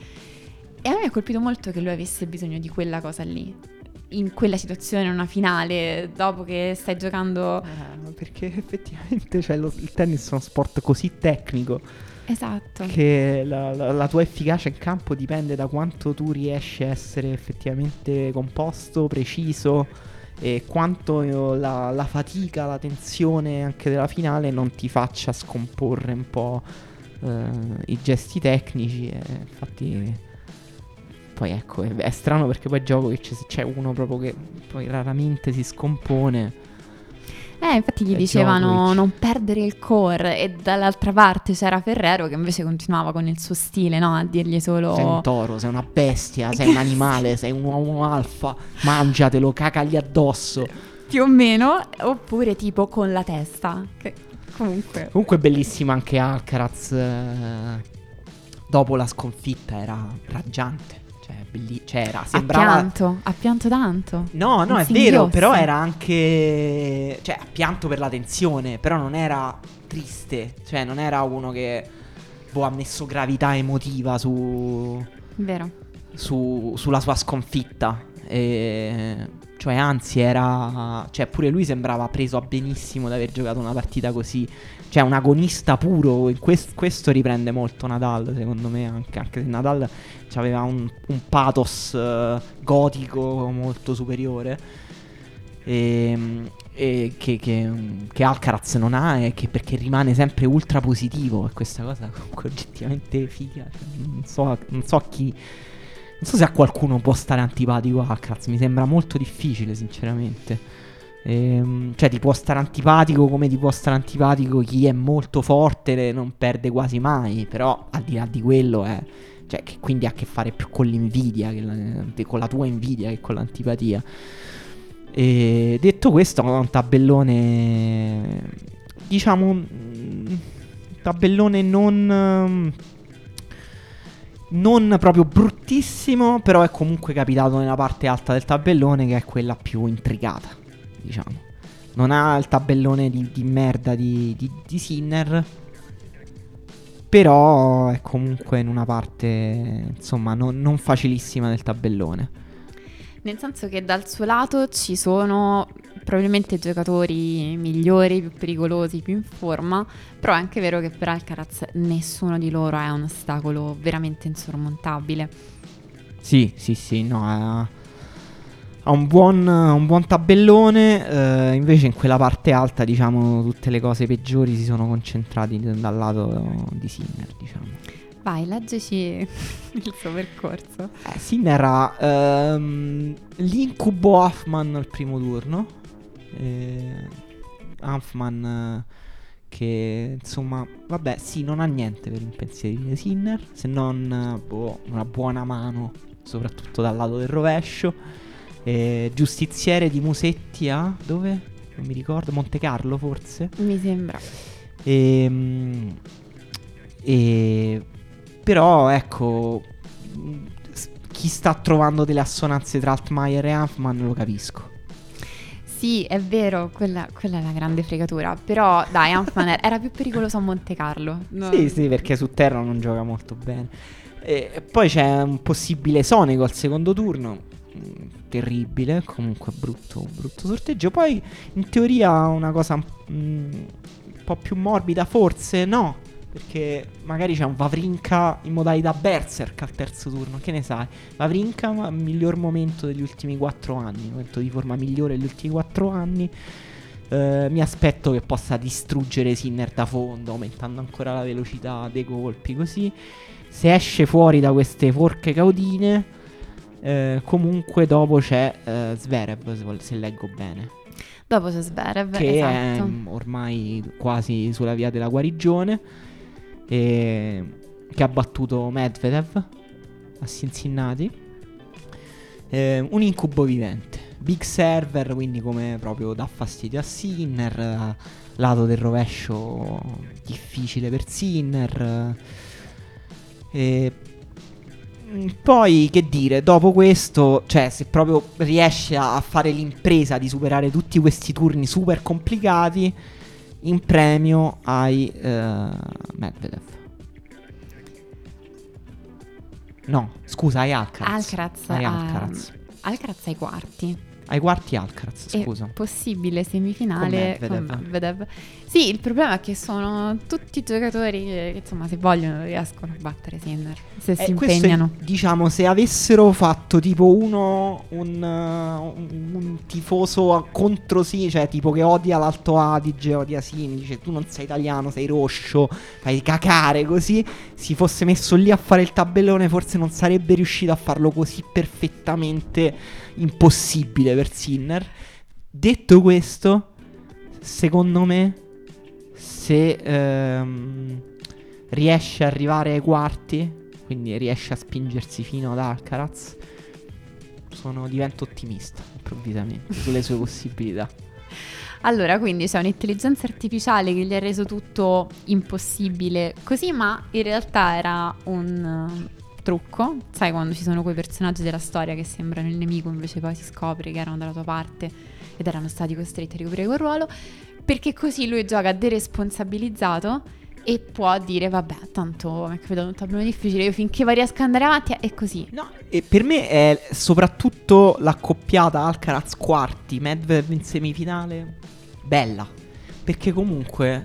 Speaker 1: E a me mi ha colpito molto che lui avesse bisogno di quella cosa lì, in quella situazione, in una finale, dopo che stai giocando.
Speaker 2: Eh, perché effettivamente cioè, lo- il tennis è uno sport così tecnico
Speaker 1: Esatto.
Speaker 2: che la, la- la tua efficacia in campo dipende da quanto tu riesci a essere effettivamente composto, preciso, e quanto io- la, la fatica, la tensione anche della finale non ti faccia scomporre un po' eh, i gesti tecnici. E infatti poi ecco, è, è strano perché poi Djokovic, se c'è uno proprio che poi raramente si scompone.
Speaker 1: Eh, infatti gli
Speaker 2: È
Speaker 1: dicevano
Speaker 2: Djokovic.
Speaker 1: non perdere il core, e dall'altra parte c'era Ferrero che invece continuava con il suo stile, no? A dirgli solo...
Speaker 2: Sei un toro, sei una bestia, sei un animale, sei un uomo alfa, mangiatelo, cacagli addosso.
Speaker 1: Più o meno, oppure tipo con la testa, che comunque...
Speaker 2: Comunque bellissima anche Alcaraz, eh, dopo la sconfitta era raggiante. Cioè, belli- cioè era,
Speaker 1: Ha
Speaker 2: sembrava...
Speaker 1: pianto, ha pianto tanto.
Speaker 2: No, no,
Speaker 1: Un
Speaker 2: è vero,
Speaker 1: singhiozzo.
Speaker 2: però era anche... Cioè, ha pianto per la tensione, però non era triste. Cioè, non era uno che boh, ha messo gravità emotiva su...
Speaker 1: Vero.
Speaker 2: su- sulla sua sconfitta. E, cioè, anzi, era. Cioè, pure lui sembrava preso a benissimo di aver giocato una partita così. Cioè, un agonista puro. In quest- questo riprende molto Nadal, secondo me. Anche, anche se Nadal aveva un, un pathos eh, gotico molto superiore. E, e che, che, che Alcaraz non ha, e che perché rimane sempre ultra positivo. E questa cosa comunque oggettivamente figa. Cioè, non so, non so a chi. Non so se a qualcuno può stare antipatico Alcaraz, mi sembra molto difficile, sinceramente. Ehm, cioè, ti può stare antipatico come ti può stare antipatico chi è molto forte e non perde quasi mai. Però, al di là di quello, è. Cioè, che quindi ha a che fare più con l'invidia, che la- con la tua invidia che con l'antipatia. E detto questo, un tabellone, diciamo, un tabellone non non proprio bruttissimo, però è comunque capitato nella parte alta del tabellone, che è quella più intricata, diciamo. Non ha il tabellone di, di merda di, di, di Sinner, però è comunque in una parte, insomma, non, non facilissima del tabellone.
Speaker 1: Nel senso che dal suo lato ci sono probabilmente giocatori migliori, più pericolosi, più in forma, però è anche vero che per Alcaraz nessuno di loro è un ostacolo veramente insormontabile.
Speaker 2: Sì, sì, sì, no, ha, ha un buon, un buon tabellone, eh, invece in quella parte alta, diciamo, tutte le cose peggiori si sono concentrati dal lato di Sinner, diciamo.
Speaker 1: Vai, leggici il suo percorso.
Speaker 2: Eh, Sinner ha ehm, l'incubo Hoffman al primo turno. Eh, Hoffman eh, che insomma, vabbè, sì, non ha niente per impensierire Sinner, se non eh, boh, una buona mano, soprattutto dal lato del rovescio. Eh, giustiziere di Musetti a dove? Non mi ricordo, Monte Carlo forse?
Speaker 1: Mi sembra.
Speaker 2: E, e però ecco, chi sta trovando delle assonanze tra Altmaier e Hanfmann lo capisco.
Speaker 1: Sì, è vero, quella, quella è la grande fregatura. Però dai, Hanfmann era più pericoloso a Monte Carlo. No.
Speaker 2: Sì, sì, perché su terra non gioca molto bene. E poi c'è un possibile Sonego al secondo turno. Terribile, comunque brutto, brutto sorteggio. Poi in teoria una cosa mh, un po' più morbida, forse no, perché magari c'è un Wawrinka in modalità Berserk al terzo turno, che ne sai? Wawrinka, ma miglior momento degli ultimi quattro anni, momento di forma migliore degli ultimi quattro anni. Eh, mi aspetto che possa distruggere Sinner da fondo, aumentando ancora la velocità dei colpi, così. Se esce fuori da queste forche caudine, eh, comunque dopo c'è eh, Zverev, se, se leggo bene.
Speaker 1: Dopo c'è Zverev,
Speaker 2: che
Speaker 1: esatto.
Speaker 2: è mm, ormai quasi sulla via della guarigione, e che ha battuto Medvedev a Cincinnati. Eh, un incubo vivente, big server, quindi come proprio dà fastidio a Sinner, eh, lato del rovescio difficile per Sinner. E poi che dire, dopo questo, cioè se proprio riesce a fare l'impresa di superare tutti questi turni super complicati, in premio hai uh, Medvedev. No, scusa, hai Alcaraz.
Speaker 1: Alcaraz,
Speaker 2: hai
Speaker 1: a-
Speaker 2: Alcaraz.
Speaker 1: Alcaraz ai quarti.
Speaker 2: Ai quarti Alcaraz, scusa.
Speaker 1: E possibile semifinale
Speaker 2: Con
Speaker 1: con
Speaker 2: Medvedev.
Speaker 1: Medvedev. Sì, il problema è che sono tutti giocatori che, insomma, se vogliono riescono a battere Sinner, se si
Speaker 2: Eh, questo è,
Speaker 1: impegnano.
Speaker 2: diciamo, se avessero fatto tipo uno un, uh, un, un tifoso contro sì, cioè tipo che odia l'Alto Adige, odia Sinner, dice tu non sei italiano, sei roscio, fai cacare, così, si fosse messo lì a fare il tabellone, forse non sarebbe riuscito a farlo così perfettamente impossibile per Sinner. Detto questo, secondo me, se ehm, riesce ad arrivare ai quarti, quindi riesce a spingersi fino ad Alcaraz, sono, divento ottimista improvvisamente sulle sue possibilità.
Speaker 1: Allora, quindi c'è un'intelligenza artificiale che gli ha reso tutto impossibile così, ma in realtà era un uh, trucco. Sai, quando ci sono quei personaggi della storia che sembrano il nemico, invece poi si scopre che erano dalla tua parte ed erano stati costretti a ricoprire quel ruolo, perché così lui gioca deresponsabilizzato e può dire vabbè, tanto mi è capitato un tabellone difficile, io finché va riesco ad andare avanti è così.
Speaker 2: No, e per me è soprattutto l'accoppiata Alcaraz quarti, Medvedev in semifinale bella, perché comunque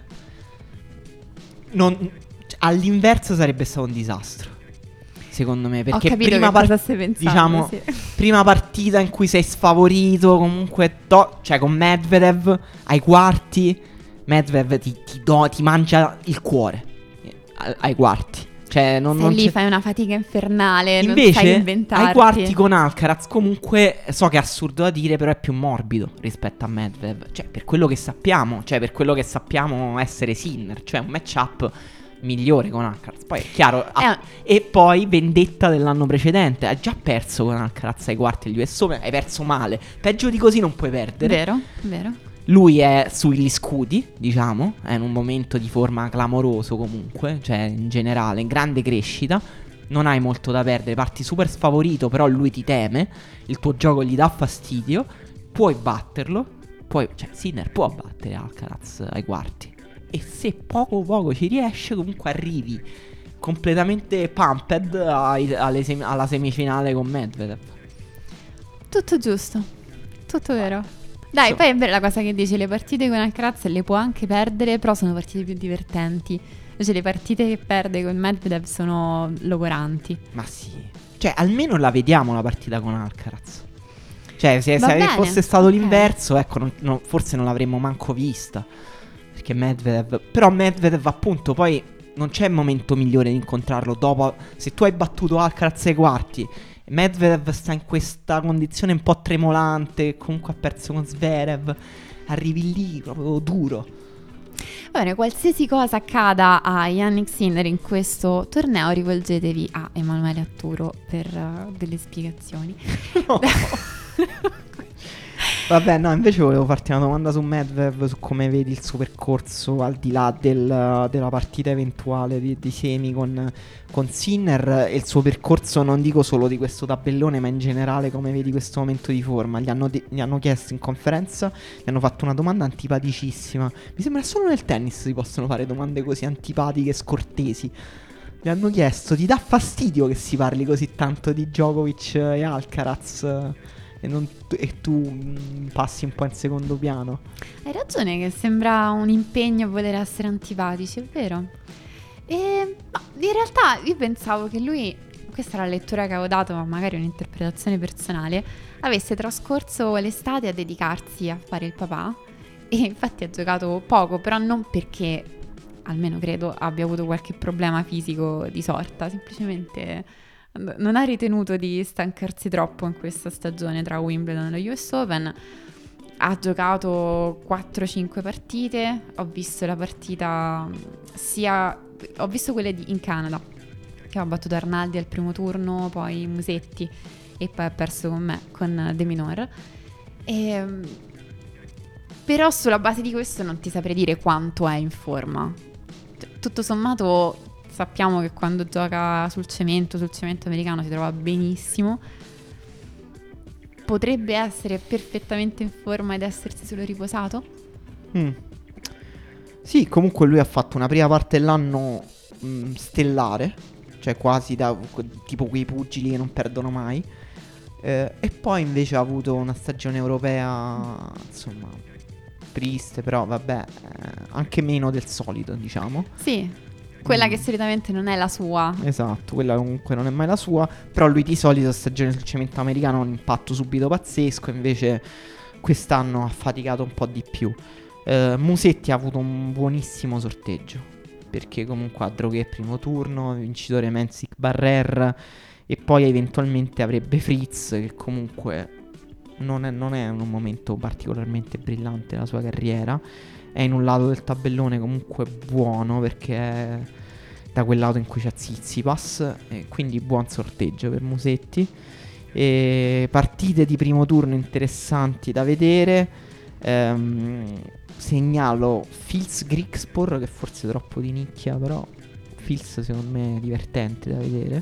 Speaker 2: non, all'inverso sarebbe stato un disastro, secondo me, perché
Speaker 1: Ho capito
Speaker 2: prima
Speaker 1: che
Speaker 2: par-
Speaker 1: cosa stai pensando,
Speaker 2: diciamo
Speaker 1: sì.
Speaker 2: prima partita in cui sei sfavorito comunque to- cioè con Medvedev ai quarti, Medvedev ti, ti, do- ti mangia il cuore ai, ai quarti. Cioè non,
Speaker 1: Sei
Speaker 2: non
Speaker 1: lì,
Speaker 2: c'è-
Speaker 1: fai una fatica infernale, non sai
Speaker 2: Invece
Speaker 1: inventarti.
Speaker 2: ai quarti con Alcaraz comunque, so che è assurdo da dire, però è più morbido rispetto a Medvedev. Cioè per quello che sappiamo, cioè per quello che sappiamo essere Sinner, cioè un matchup migliore con Alcaraz. Poi è chiaro, ha-
Speaker 1: Eh.
Speaker 2: e poi vendetta dell'anno precedente. Hai già perso con Alcaraz ai quarti degli U S Open, hai perso male. Peggio di così non puoi perdere.
Speaker 1: Vero, vero.
Speaker 2: Lui è sugli scudi, diciamo, è in un momento di forma clamoroso comunque, cioè in generale, in grande crescita. Non hai molto da perdere, parti super sfavorito, però lui ti teme, il tuo gioco gli dà fastidio, puoi batterlo, puoi, cioè Sinner può battere Alcaraz ai quarti. E se poco poco ci riesce, comunque arrivi completamente pumped ai- alle sem- alla semifinale con Medvedev.
Speaker 1: Tutto giusto, tutto vero. Dai,
Speaker 2: So-
Speaker 1: poi è vera la cosa che dici, le partite con Alcaraz le può anche perdere, però sono partite più divertenti. Invece le partite che perde con Medvedev sono logoranti.
Speaker 2: Ma sì, cioè almeno la vediamo la partita con Alcaraz. Cioè se,
Speaker 1: Va
Speaker 2: se
Speaker 1: bene,
Speaker 2: fosse stato
Speaker 1: ok.
Speaker 2: l'inverso, ecco, non- non- forse non l'avremmo manco vista. Perché Medvedev, però Medvedev appunto poi non c'è momento migliore di incontrarlo dopo. Se tu hai battuto Alcaraz ai quarti, Medvedev sta in questa condizione un po' tremolante, comunque ha perso con Zverev, arrivi lì proprio duro.
Speaker 1: Va bene, qualsiasi cosa accada a Yannick Sinner in questo torneo, rivolgetevi a Emanuele Atturo per uh, delle spiegazioni.
Speaker 2: No. Vabbè, no, invece volevo farti una domanda su Medvedev, su come vedi il suo percorso al di là del- della partita eventuale di, di semi con, con Sinner, e il suo percorso non dico solo di questo tabellone, ma in generale come vedi questo momento di forma. Gli hanno, de- gli hanno chiesto in conferenza, gli hanno fatto una domanda antipaticissima. Mi sembra solo nel tennis si possono fare domande così antipatiche e scortesi. Gli hanno chiesto, ti dà fastidio che si parli così tanto di Djokovic e Alcaraz? E, non, e tu mm, passi un po' in secondo piano.
Speaker 1: Hai ragione che sembra un impegno a voler essere antipatici, è vero. E, ma in realtà io pensavo che lui, questa è la lettura che avevo dato, ma magari un'interpretazione personale, avesse trascorso l'estate a dedicarsi a fare il papà. E infatti ha giocato poco, però non perché, almeno credo, abbia avuto qualche problema fisico di sorta, semplicemente non ha ritenuto di stancarsi troppo in questa stagione tra Wimbledon e lo U S Open. Ha giocato quattro cinque partite, ho visto la partita sia ho visto quelle di, in Canada, che ha battuto Arnaldi al primo turno, poi Musetti e poi ha perso con me, con De Minaur. E, però sulla base di questo non ti saprei dire quanto è in forma. Tutto sommato sappiamo che quando gioca sul cemento, sul cemento americano si trova benissimo. Potrebbe essere perfettamente in forma ed essersi solo riposato?
Speaker 2: Mm. Sì, comunque lui ha fatto una prima parte dell'anno mh, stellare, cioè quasi da tipo quei pugili che non perdono mai. Eh, e poi invece ha avuto una stagione europea, insomma, triste, però vabbè, eh, anche meno del solito, diciamo.
Speaker 1: Sì. Quella
Speaker 2: Mm.
Speaker 1: che solitamente non è la sua.
Speaker 2: Esatto, quella comunque non è mai la sua. Però lui di solito stagione sul cemento americano ha un impatto subito pazzesco. Invece quest'anno ha faticato un po' di più. eh, Musetti ha avuto un buonissimo sorteggio, perché comunque ha Droguet primo turno, vincitore Mensik Barrer, e poi eventualmente avrebbe Fritz, che comunque non è, non è un momento particolarmente brillante della sua carriera. È in un lato del tabellone comunque buono, perché è da quel lato in cui c'è Tsitsipas, e quindi buon sorteggio per Musetti. E partite di primo turno interessanti da vedere. Ehm, segnalo Fils Grigspor, che forse è troppo di nicchia, però Fils secondo me è divertente da vedere.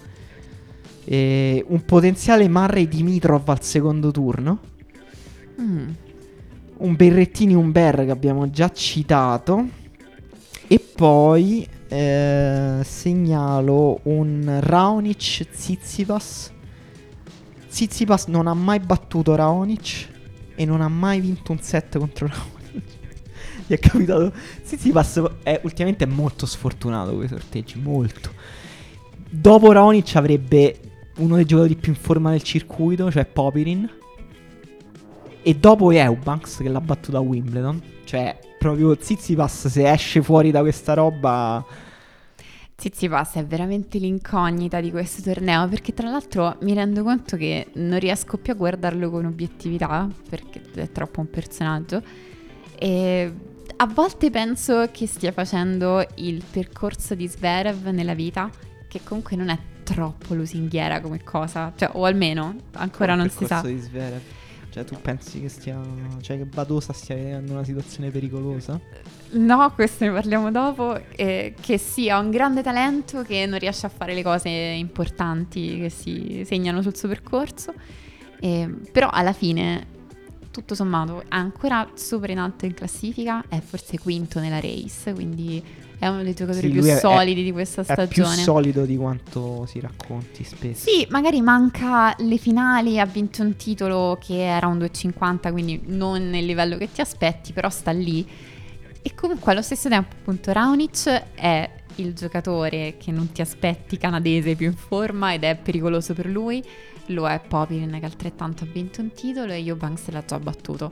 Speaker 2: E un potenziale Murray Dimitrov al secondo turno.
Speaker 1: Mm.
Speaker 2: Un Berrettini Umber che abbiamo già citato. E poi eh, segnalo un Raonic Tsitsipas. Tsitsipas non ha mai battuto Raonic e non ha mai vinto un set contro Raonic. Gli è capitato. Tsitsipas è ultimamente molto sfortunato con i sorteggi, molto. Dopo Raonic avrebbe uno dei giocatori più in forma del circuito, cioè Popirin. E dopo Eubanks, che l'ha battuto a Wimbledon. Cioè, proprio Tsitsipas, se esce fuori da questa roba...
Speaker 1: Tsitsipas è veramente l'incognita di questo torneo, perché tra l'altro mi rendo conto che non riesco più a guardarlo con obiettività, perché è troppo un personaggio. E a volte penso che stia facendo il percorso di Zverev nella vita, che comunque non è troppo lusinghiera come cosa, cioè, o almeno ancora non si sa.
Speaker 2: Il percorso di Zverev. Cioè, tu pensi che stia. Cioè, che Badosa stia vivendo una situazione pericolosa?
Speaker 1: No, questo ne parliamo dopo. Eh, che sì, ha un grande talento che non riesce a fare le cose importanti che si segnano sul suo percorso. Eh, però alla fine, tutto sommato, è ancora super in alto in classifica. È forse quinto nella race, quindi è uno dei giocatori
Speaker 2: Sì,
Speaker 1: più
Speaker 2: lui è-
Speaker 1: solidi
Speaker 2: è-
Speaker 1: di questa
Speaker 2: È
Speaker 1: stagione.
Speaker 2: più solido di quanto si racconti spesso.
Speaker 1: Sì, magari manca le finali, ha vinto un titolo che era un due e cinquanta, quindi non nel livello che ti aspetti, però sta lì. E comunque allo stesso tempo, appunto, Raonic è il giocatore che non ti aspetti canadese più in forma ed è pericoloso per lui. Lo è Popin, che altrettanto ha vinto un titolo, e Eubanks l'ha già battuto.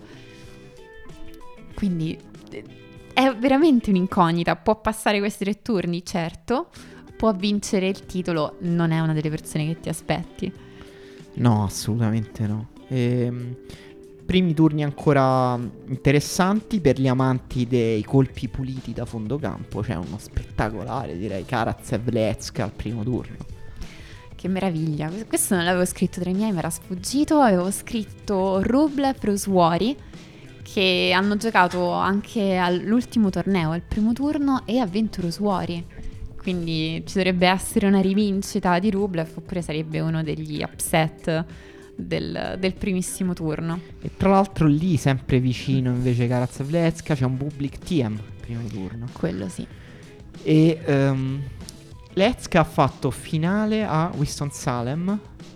Speaker 1: Quindi eh, è veramente un'incognita. Può passare questi tre turni, certo. Può vincere il titolo, non è una delle persone che ti aspetti.
Speaker 2: No, assolutamente no. Ehm, primi turni ancora interessanti per gli amanti dei colpi puliti da fondo campo. C'è uno spettacolare, direi, Karatsev-Lezka al primo turno.
Speaker 1: Che meraviglia. Questo non l'avevo scritto tra i miei, mi era sfuggito. Avevo scritto Rublev-Rusuori, che hanno giocato anche all'ultimo torneo, al primo turno, e ha vinto Rusuori. Quindi ci dovrebbe essere una rivincita di Rublev, oppure sarebbe uno degli upset del, del primissimo turno.
Speaker 2: E tra l'altro lì, sempre vicino invece Karatsev-Lezka, c'è un Bublik Thiem primo turno.
Speaker 1: Quello sì.
Speaker 2: E um, Lezka ha fatto finale a Winston-Salem,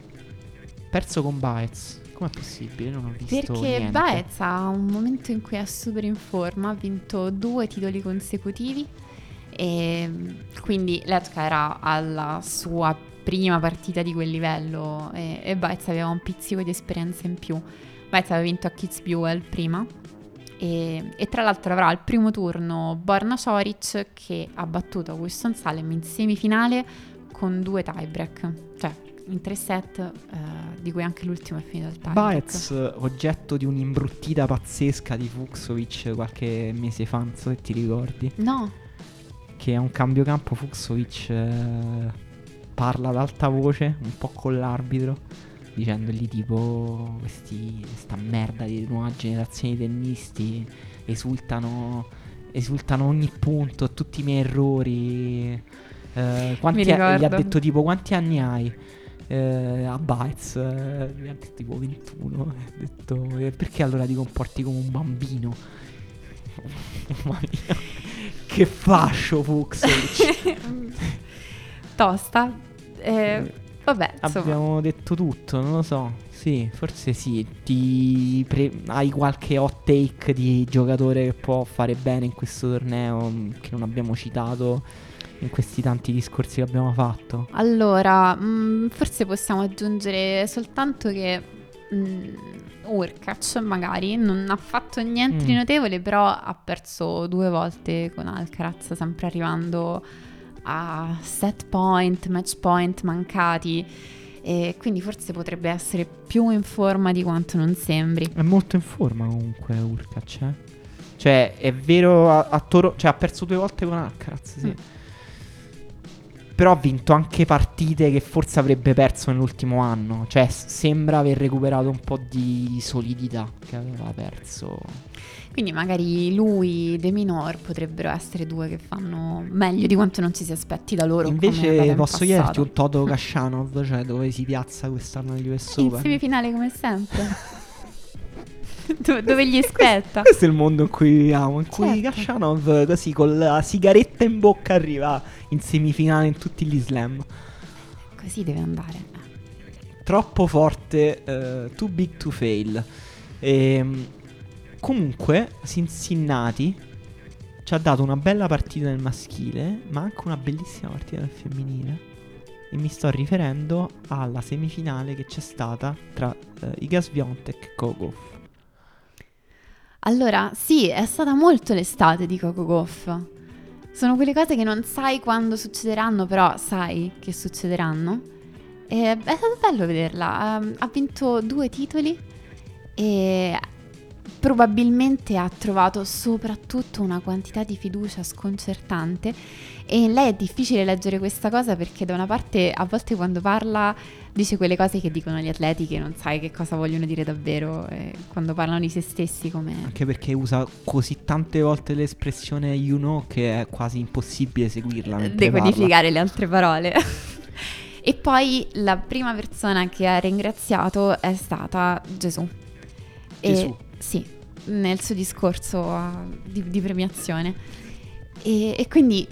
Speaker 2: perso con Baez. Com'è possibile? Non ho visto
Speaker 1: Perché
Speaker 2: niente.
Speaker 1: Baez ha un momento in cui è super in forma, ha vinto due titoli consecutivi, e quindi Lezka era alla sua prima partita di quel livello, e, e Baez aveva un pizzico di esperienza in più. Baez aveva vinto a Kitzbühel prima, e, e tra l'altro avrà al primo turno Borna Soric, che ha battuto a Winston-Salem in semifinale con due tiebreak, cioè in tre set, eh, di cui anche l'ultimo è finito al tiebreak.
Speaker 2: Baez, oggetto di un'imbruttita pazzesca di Fucsovic qualche mese fa, non so se ti ricordi.
Speaker 1: No.
Speaker 2: Che a un cambiocampo Fucsovic eh, parla ad alta voce, un po' con l'arbitro, dicendogli tipo: questi, questa merda di nuova generazione di tennisti esultano, esultano ogni punto, tutti i miei errori. Eh, quanti
Speaker 1: Mi
Speaker 2: a- gli ha
Speaker 1: ricordo.
Speaker 2: detto tipo: quanti anni hai? Eh, a Baez eh, mi ha detto tipo ventuno. Ha detto: "Eh, perché allora ti comporti come un bambino?" Mamma mia, che fascio Fucsovic.
Speaker 1: Tosta. Eh, vabbè, insomma.
Speaker 2: Abbiamo detto tutto, non lo so. Sì, forse sì. Ti pre- hai qualche hot take di giocatore che può fare bene in questo torneo, mh, che non abbiamo citato in questi tanti discorsi che abbiamo fatto?
Speaker 1: Allora, mh, forse possiamo aggiungere soltanto che mh, Urkac magari non ha fatto niente
Speaker 2: Mm.
Speaker 1: di notevole, però ha perso due volte con Alcaraz, sempre arrivando a set point, match point mancati, e quindi forse potrebbe essere più in forma di quanto non sembri.
Speaker 2: È molto in forma comunque Urkac, eh? Cioè, è vero, a, a Toro, cioè ha perso due volte con Alcaraz, sì.
Speaker 1: Mm.
Speaker 2: Però ha vinto anche partite che forse avrebbe perso nell'ultimo anno. Cioè, s- sembra aver recuperato un po' di solidità che aveva perso.
Speaker 1: Quindi magari lui e De Minaur potrebbero essere due che fanno meglio di quanto non ci si aspetti da loro. come è andata
Speaker 2: Invece
Speaker 1: in
Speaker 2: posso chiederti
Speaker 1: passato.
Speaker 2: un Toto Kashanov, cioè dove si piazza quest'anno agli U S
Speaker 1: In
Speaker 2: Open?
Speaker 1: semifinale come sempre. Do- dove gli spetta.
Speaker 2: Questo è il mondo in cui viviamo, in cui
Speaker 1: Certo.
Speaker 2: Kashanov così con la sigaretta in bocca arriva in semifinale in tutti gli slam.
Speaker 1: Così deve andare.
Speaker 2: Troppo forte, eh, too big to fail. Ehm, comunque Cincinnati ci ha dato una bella partita nel maschile, ma anche una bellissima partita nel femminile. E mi sto riferendo alla semifinale che c'è stata tra eh, Iga Swiatek e Coco Gauff.
Speaker 1: Allora, sì, è stata molto l'estate di Coco Gauff. Sono quelle cose che non sai quando succederanno, però sai che succederanno. E è stato bello vederla. Um, ha vinto due titoli e probabilmente ha trovato soprattutto una quantità di fiducia sconcertante, e in lei è difficile leggere questa cosa perché da una parte a volte quando parla dice quelle cose che dicono gli atleti che non sai che cosa vogliono dire davvero, e quando parlano di se stessi come...
Speaker 2: Anche perché usa così tante volte l'espressione you know che è quasi impossibile seguirla mentre
Speaker 1: decodificare
Speaker 2: parla.
Speaker 1: le altre parole. E poi la prima persona che ha ringraziato è stata Gesù.
Speaker 2: Gesù?
Speaker 1: E, sì, nel suo discorso uh, di, di premiazione. E, e quindi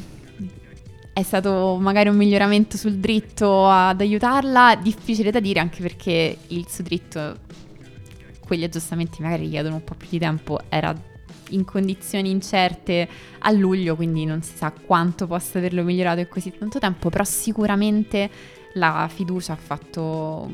Speaker 1: è stato magari un miglioramento sul dritto ad aiutarla, difficile da dire anche perché il suo dritto, quegli aggiustamenti magari richiedono un po' più di tempo, era in condizioni incerte a luglio, quindi non si sa quanto possa averlo migliorato in così tanto tempo, però sicuramente la fiducia ha fatto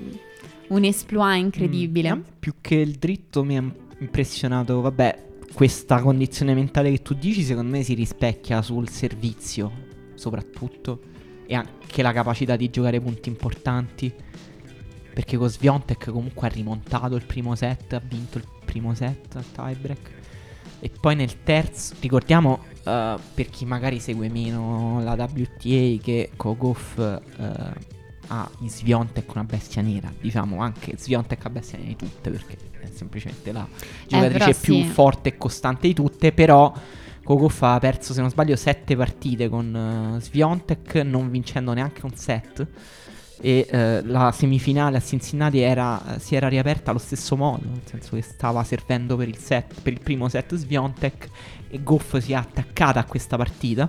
Speaker 1: un exploit incredibile.
Speaker 2: Mm, più che il dritto mi ha impressionato, vabbè, questa condizione mentale che tu dici secondo me si rispecchia sul servizio soprattutto, e anche la capacità di giocare punti importanti, perché con Swiatek comunque ha rimontato il primo set, ha vinto il primo set al tiebreak, e poi nel terzo ricordiamo, uh, per chi magari segue meno la W T A, che Kogoff uh, ha in Swiatek una bestia nera, diciamo anche Swiatek ha bestia nera di tutte perché è semplicemente la giocatrice
Speaker 1: eh,
Speaker 2: più
Speaker 1: sì.
Speaker 2: forte e costante di tutte, però Kogoff ha perso, se non sbaglio, sette partite con uh, Swiatek, non vincendo neanche un set, e uh, la semifinale a Cincinnati era, uh, si era riaperta allo stesso modo, nel senso che stava servendo per il set, per il primo set Swiatek, e Goff si è attaccata a questa partita,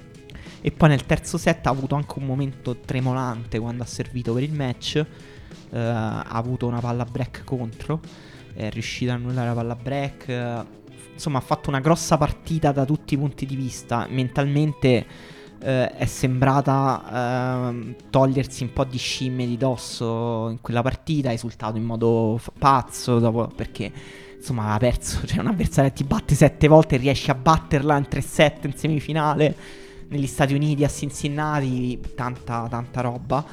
Speaker 2: e poi nel terzo set ha avuto anche un momento tremolante quando ha servito per il match, uh, ha avuto una palla break contro, è riuscita a annullare la palla break, uh, insomma ha fatto una grossa partita da tutti i punti di vista. Mentalmente eh, è sembrata eh, togliersi un po' di scimmie di dosso in quella partita, ha esultato in modo f- pazzo dopo, perché insomma ha perso, cioè un avversario che ti batte sette volte e riesci a batterla in tre set in semifinale negli Stati Uniti a Cincinnati, tanta tanta roba.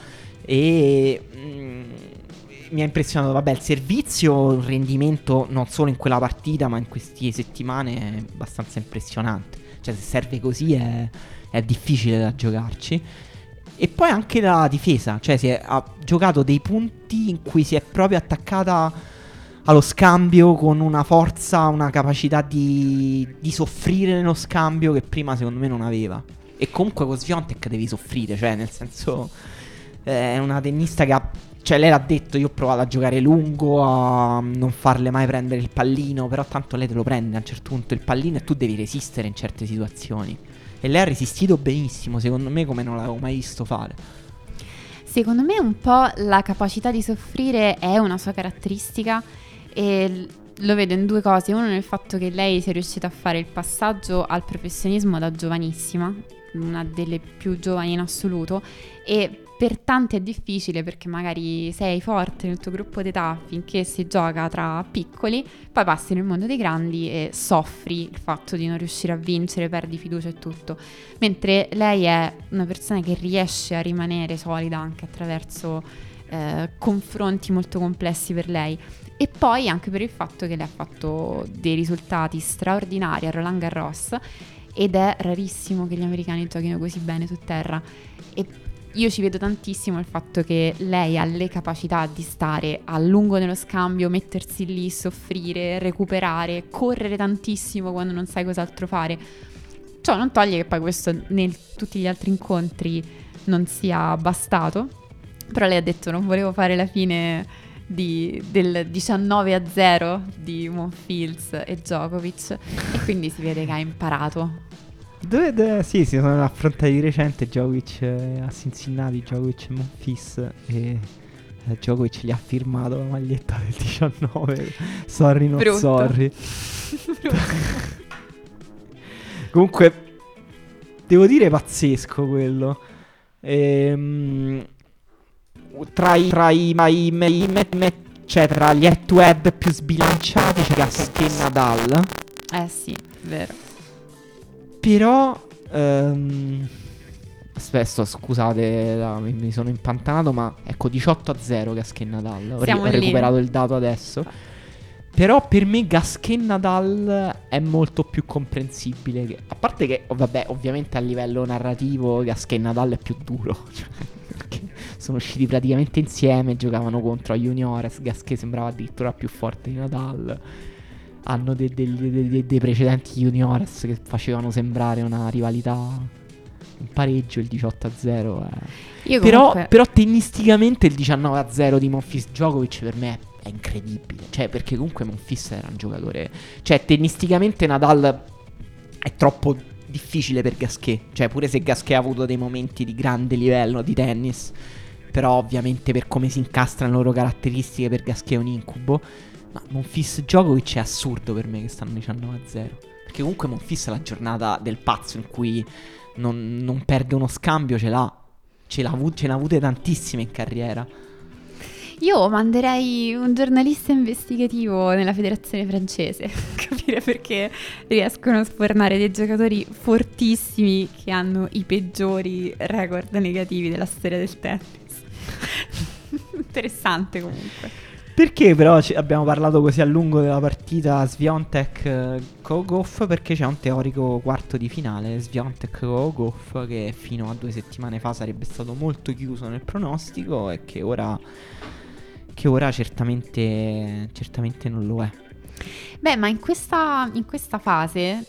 Speaker 2: E mm, mi ha impressionato, vabbè, il servizio, il rendimento non solo in quella partita ma in queste settimane è abbastanza impressionante. Cioè se serve così è, è difficile da giocarci. E poi anche la difesa, cioè si è, ha giocato dei punti in cui si è proprio attaccata allo scambio con una forza, una capacità di, di soffrire nello scambio che prima secondo me non aveva. E comunque con Swiatek devi soffrire, cioè nel senso è una tennista che ha, cioè lei l'ha detto, io ho provato a giocare lungo, a non farle mai prendere il pallino, però tanto lei te lo prende a un certo punto il pallino e tu devi resistere in certe situazioni. E lei ha resistito benissimo, secondo me, come non l'avevo mai visto fare.
Speaker 1: Secondo me un po' la capacità di soffrire è una sua caratteristica, e lo vedo in due cose. Uno nel fatto che lei sia riuscita a fare il passaggio al professionismo da giovanissima, una delle più giovani in assoluto, e per tanti è difficile perché magari sei forte nel tuo gruppo d'età finché si gioca tra piccoli, poi passi nel mondo dei grandi e soffri il fatto di non riuscire a vincere, perdi fiducia e tutto. Mentre lei è una persona che riesce a rimanere solida anche attraverso eh, confronti molto complessi per lei. E poi anche per il fatto che lei ha fatto dei risultati straordinari a Roland Garros, ed è rarissimo che gli americani giochino così bene su terra. E io ci vedo tantissimo il fatto che lei ha le capacità di stare a lungo nello scambio, mettersi lì, soffrire, recuperare, correre tantissimo quando non sai cos'altro fare. Ciò non toglie che poi questo in tutti gli altri incontri non sia bastato, però lei ha detto non volevo fare la fine di, del diciannove a zero di Monfils e Djokovic, e quindi si vede che ha imparato.
Speaker 2: Dove, dove, sì, si sono affrontati di recente Djokovic eh, a Cincinnati, Djokovic e Monfils, e eh, Djokovic gli ha firmato la maglietta del diciannove. Sorry not
Speaker 1: Brutto.
Speaker 2: sorry. Comunque devo dire pazzesco quello. Ehm, tra i tra i, tra i me, me, me, cioè tra gli head to head più sbilanciati c'è Gasquet e Nadal.
Speaker 1: Eh sì, vero.
Speaker 2: Però ehm, aspetta, scusate, la, mi, mi sono impantanato, ma ecco diciotto a zero Gasquet e Nadal. Ho, ri- ho recuperato il dato adesso. Però per me Gasquet Nadal è molto più comprensibile che- a parte che, oh, vabbè, ovviamente a livello narrativo Gasquet Nadal è più duro. Cioè, perché sono usciti praticamente insieme, giocavano contro a juniores. Gasquet sembrava addirittura più forte di Nadal. Hanno dei, dei- dei- dei- dei precedenti juniores che facevano sembrare una rivalità, un pareggio. Il diciotto a zero è...
Speaker 1: Io
Speaker 2: Però,
Speaker 1: comunque...
Speaker 2: però tennisticamente il diciannove a zero di Monfils Djokovic per me è, è incredibile. Cioè, perché comunque Monfils era un giocatore. Cioè, tennisticamente Nadal è troppo difficile per Gasquet. Cioè, pure se Gasquet ha avuto dei momenti di grande livello di tennis, però ovviamente per come si incastrano le loro caratteristiche, per Gasquet è un incubo. Ma Monfils Djokovic è assurdo per me che stanno diciannove a zero. Perché comunque Monfils è la giornata del pazzo in cui non, non perde uno scambio, ce l'ha. Ce l'ha, avu- ce n'ha avute tantissime in carriera.
Speaker 1: Io manderei un giornalista investigativo nella federazione francese, capire perché riescono a sfornare dei giocatori fortissimi che hanno i peggiori record negativi della storia del tennis. Interessante comunque.
Speaker 2: Perché però ci- abbiamo parlato così a lungo della partita Swiatek-Kogov? Perché c'è un teorico quarto di finale, Swiatek-Kogov, che fino a due settimane fa sarebbe stato molto chiuso nel pronostico e che ora, che ora certamente, certamente non lo è.
Speaker 1: Beh, ma in questa, in questa fase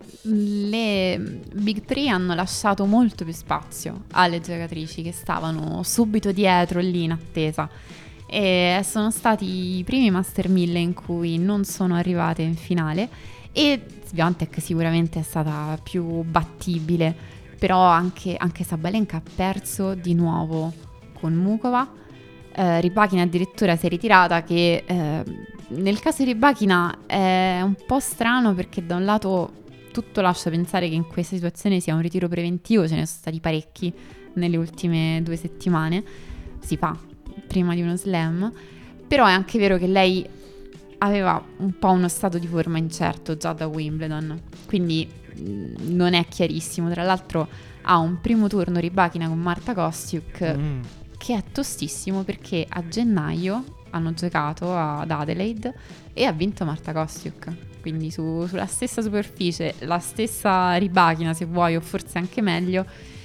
Speaker 1: le Big Three hanno lasciato molto più spazio alle giocatrici che stavano subito dietro lì in attesa. E sono stati i primi Master mille in cui non sono arrivate in finale e Swiatek sicuramente è stata più battibile, però anche, anche Sabalenka ha perso di nuovo con Mukova. eh, Rybakina addirittura si è ritirata, che eh, nel caso di Rybakina è un po' strano perché da un lato tutto lascia pensare che in questa situazione sia un ritiro preventivo, ce ne sono stati parecchi nelle ultime due settimane, si fa prima di uno slam, però è anche vero che lei aveva un po' uno stato di forma incerto già da Wimbledon, quindi mh, non è chiarissimo. Tra l'altro ha un primo turno Rybakina con Marta Kostyuk
Speaker 2: Mm.
Speaker 1: che è tostissimo perché a gennaio hanno giocato ad Adelaide e ha vinto Marta Kostyuk, quindi su, sulla stessa superficie, la stessa Rybakina se vuoi, o forse anche meglio.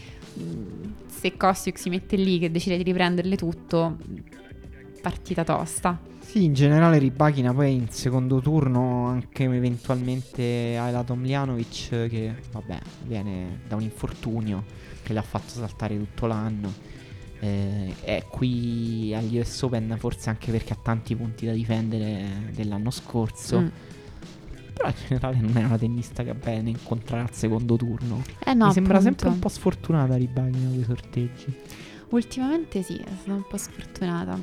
Speaker 1: Se Kostyuk si mette lì che decide di riprenderle tutto, partita tosta.
Speaker 2: Sì, in generale Rybakina poi in secondo turno anche eventualmente Ayla Tomljanovic, che vabbè viene da un infortunio che le ha fatto saltare tutto l'anno. Eh, è qui agli U S Open forse anche perché ha tanti punti da difendere dell'anno scorso.
Speaker 1: Mm.
Speaker 2: Però in generale non è una tennista che va bene incontrare al secondo turno.
Speaker 1: Eh no,
Speaker 2: Mi sembra
Speaker 1: appunto.
Speaker 2: sempre un po' sfortunata Rybakina con i sorteggi.
Speaker 1: Ultimamente sì, è stata un po' sfortunata.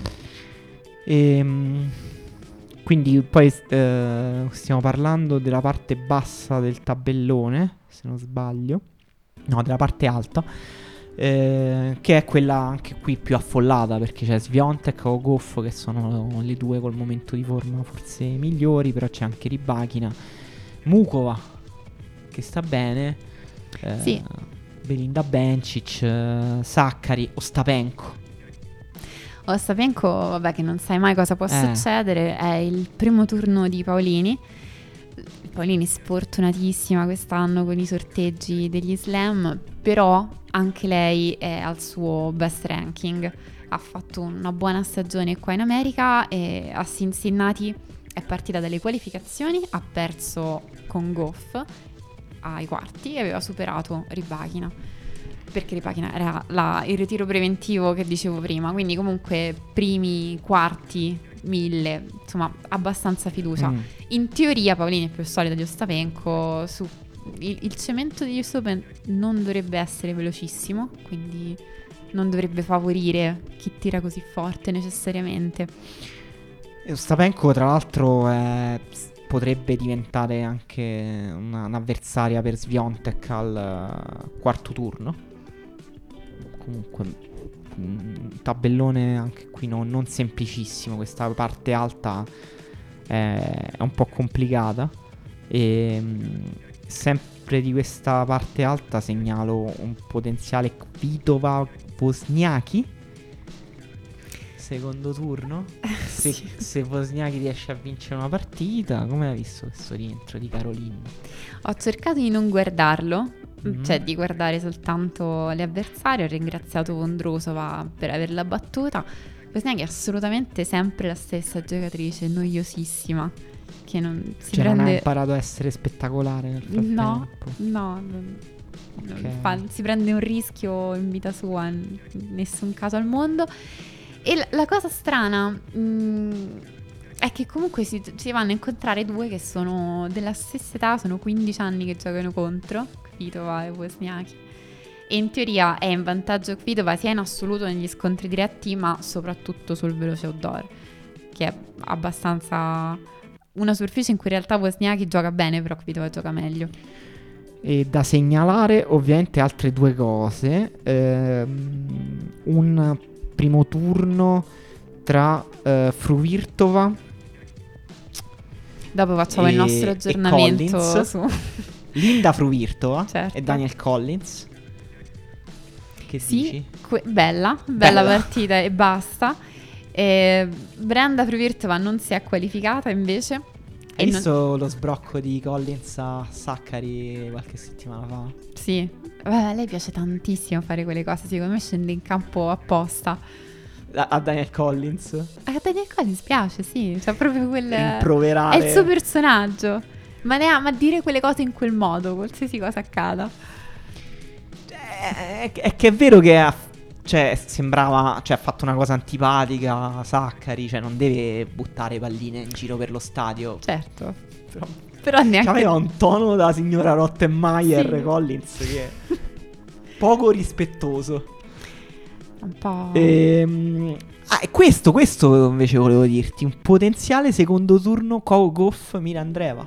Speaker 2: Ehm, quindi poi eh, stiamo parlando della parte bassa del tabellone, se non sbaglio. No, della parte alta. eh, che è quella anche qui più affollata, perché c'è Swiatek o Goff che sono le due col momento di forma forse migliori, però c'è anche Rybakina, Mukova che sta bene, eh,
Speaker 1: Sì.
Speaker 2: Belinda Bencic, eh, Sakkari, Ostapenko.
Speaker 1: Ostapenko, vabbè, che non sai mai cosa può
Speaker 2: Eh.
Speaker 1: succedere, è il primo turno di Paolini. Paolini sfortunatissima quest'anno con i sorteggi degli slam, però anche lei è al suo best ranking, ha fatto una buona stagione qua in America e a Cincinnati è partita dalle qualificazioni, ha perso con Goff ai quarti e aveva superato Rybakina, perché Rybakina era la, il ritiro preventivo che dicevo prima, quindi comunque primi, quarti, mille, insomma abbastanza fiducia.
Speaker 2: Mm.
Speaker 1: In teoria Paolini è più solida di Ostapenko, su, il, il cemento degli U S Open non dovrebbe essere velocissimo, quindi non dovrebbe favorire chi tira così forte necessariamente.
Speaker 2: E Ostapenko tra l'altro è, potrebbe diventare anche una, un'avversaria per Swiatek al uh, quarto turno. Comunque mh, tabellone anche qui no, non semplicissimo, questa parte alta è, è un po' complicata e mh, sempre di questa parte alta segnalo un potenziale Kvitova Wozniacki, secondo turno? Se,
Speaker 1: Sì.
Speaker 2: se Wozniacki riesce a vincere una partita, come hai visto questo rientro di Caroline?
Speaker 1: Ho cercato di non guardarlo,
Speaker 2: Mhm.
Speaker 1: cioè di guardare soltanto le avversarie. Ho ringraziato Vondrousova per averla battuta. Wozniacki è assolutamente sempre la stessa giocatrice, noiosissima, che non si
Speaker 2: Cioè non ha
Speaker 1: prende...
Speaker 2: imparato a essere spettacolare nel frattempo?
Speaker 1: No, no, non- non
Speaker 2: Ok.
Speaker 1: fa- si prende un rischio in vita sua, in nessun caso al mondo. E la, la cosa strana mh, è che comunque si, si vanno a incontrare due che sono della stessa età, sono quindici anni che giocano contro, Kvitova e Wozniacki. E in teoria è in vantaggio Kvitova sia in assoluto negli scontri diretti, ma soprattutto sul veloce outdoor, che è abbastanza una superficie in cui in realtà Wozniacki gioca bene, però Kvitova gioca meglio.
Speaker 2: E da segnalare ovviamente altre due cose. Ehm, un primo turno tra eh, Fruvirtova
Speaker 1: Dopo facciamo
Speaker 2: e,
Speaker 1: il nostro
Speaker 2: e
Speaker 1: aggiornamento
Speaker 2: Collins.
Speaker 1: su...
Speaker 2: Linda Fruvirtova
Speaker 1: Certo.
Speaker 2: e Daniel Collins. Che
Speaker 1: Sì,
Speaker 2: dici?
Speaker 1: que- bella, bella,
Speaker 2: Bella.
Speaker 1: partita e basta. E Brenda Fruvirtova non si è qualificata invece.
Speaker 2: Hai
Speaker 1: E non-
Speaker 2: visto lo sbrocco di Collins a Saccari qualche settimana fa?
Speaker 1: Sì, Vabbè, a lei piace tantissimo fare quelle cose, secondo me scende in campo apposta.
Speaker 2: A, a Daniel Collins?
Speaker 1: A Daniel Collins piace, sì, c'è proprio quel...
Speaker 2: Rimproverare.
Speaker 1: È il suo personaggio, ma ne ama dire quelle cose in quel modo, qualsiasi cosa accada.
Speaker 2: È, è che è vero che ha, cioè, sembrava, cioè, ha fatto una cosa antipatica Saccari, cioè non deve buttare palline in giro per lo stadio.
Speaker 1: Certo,
Speaker 2: Però,
Speaker 1: però neanche...
Speaker 2: aveva un tono da signora Rottenmeier
Speaker 1: Sì.
Speaker 2: Collins che è poco rispettoso.
Speaker 1: Un po'...
Speaker 2: Ehm, ah, e questo, questo invece volevo dirti, un potenziale secondo turno Kogov Mirandreva.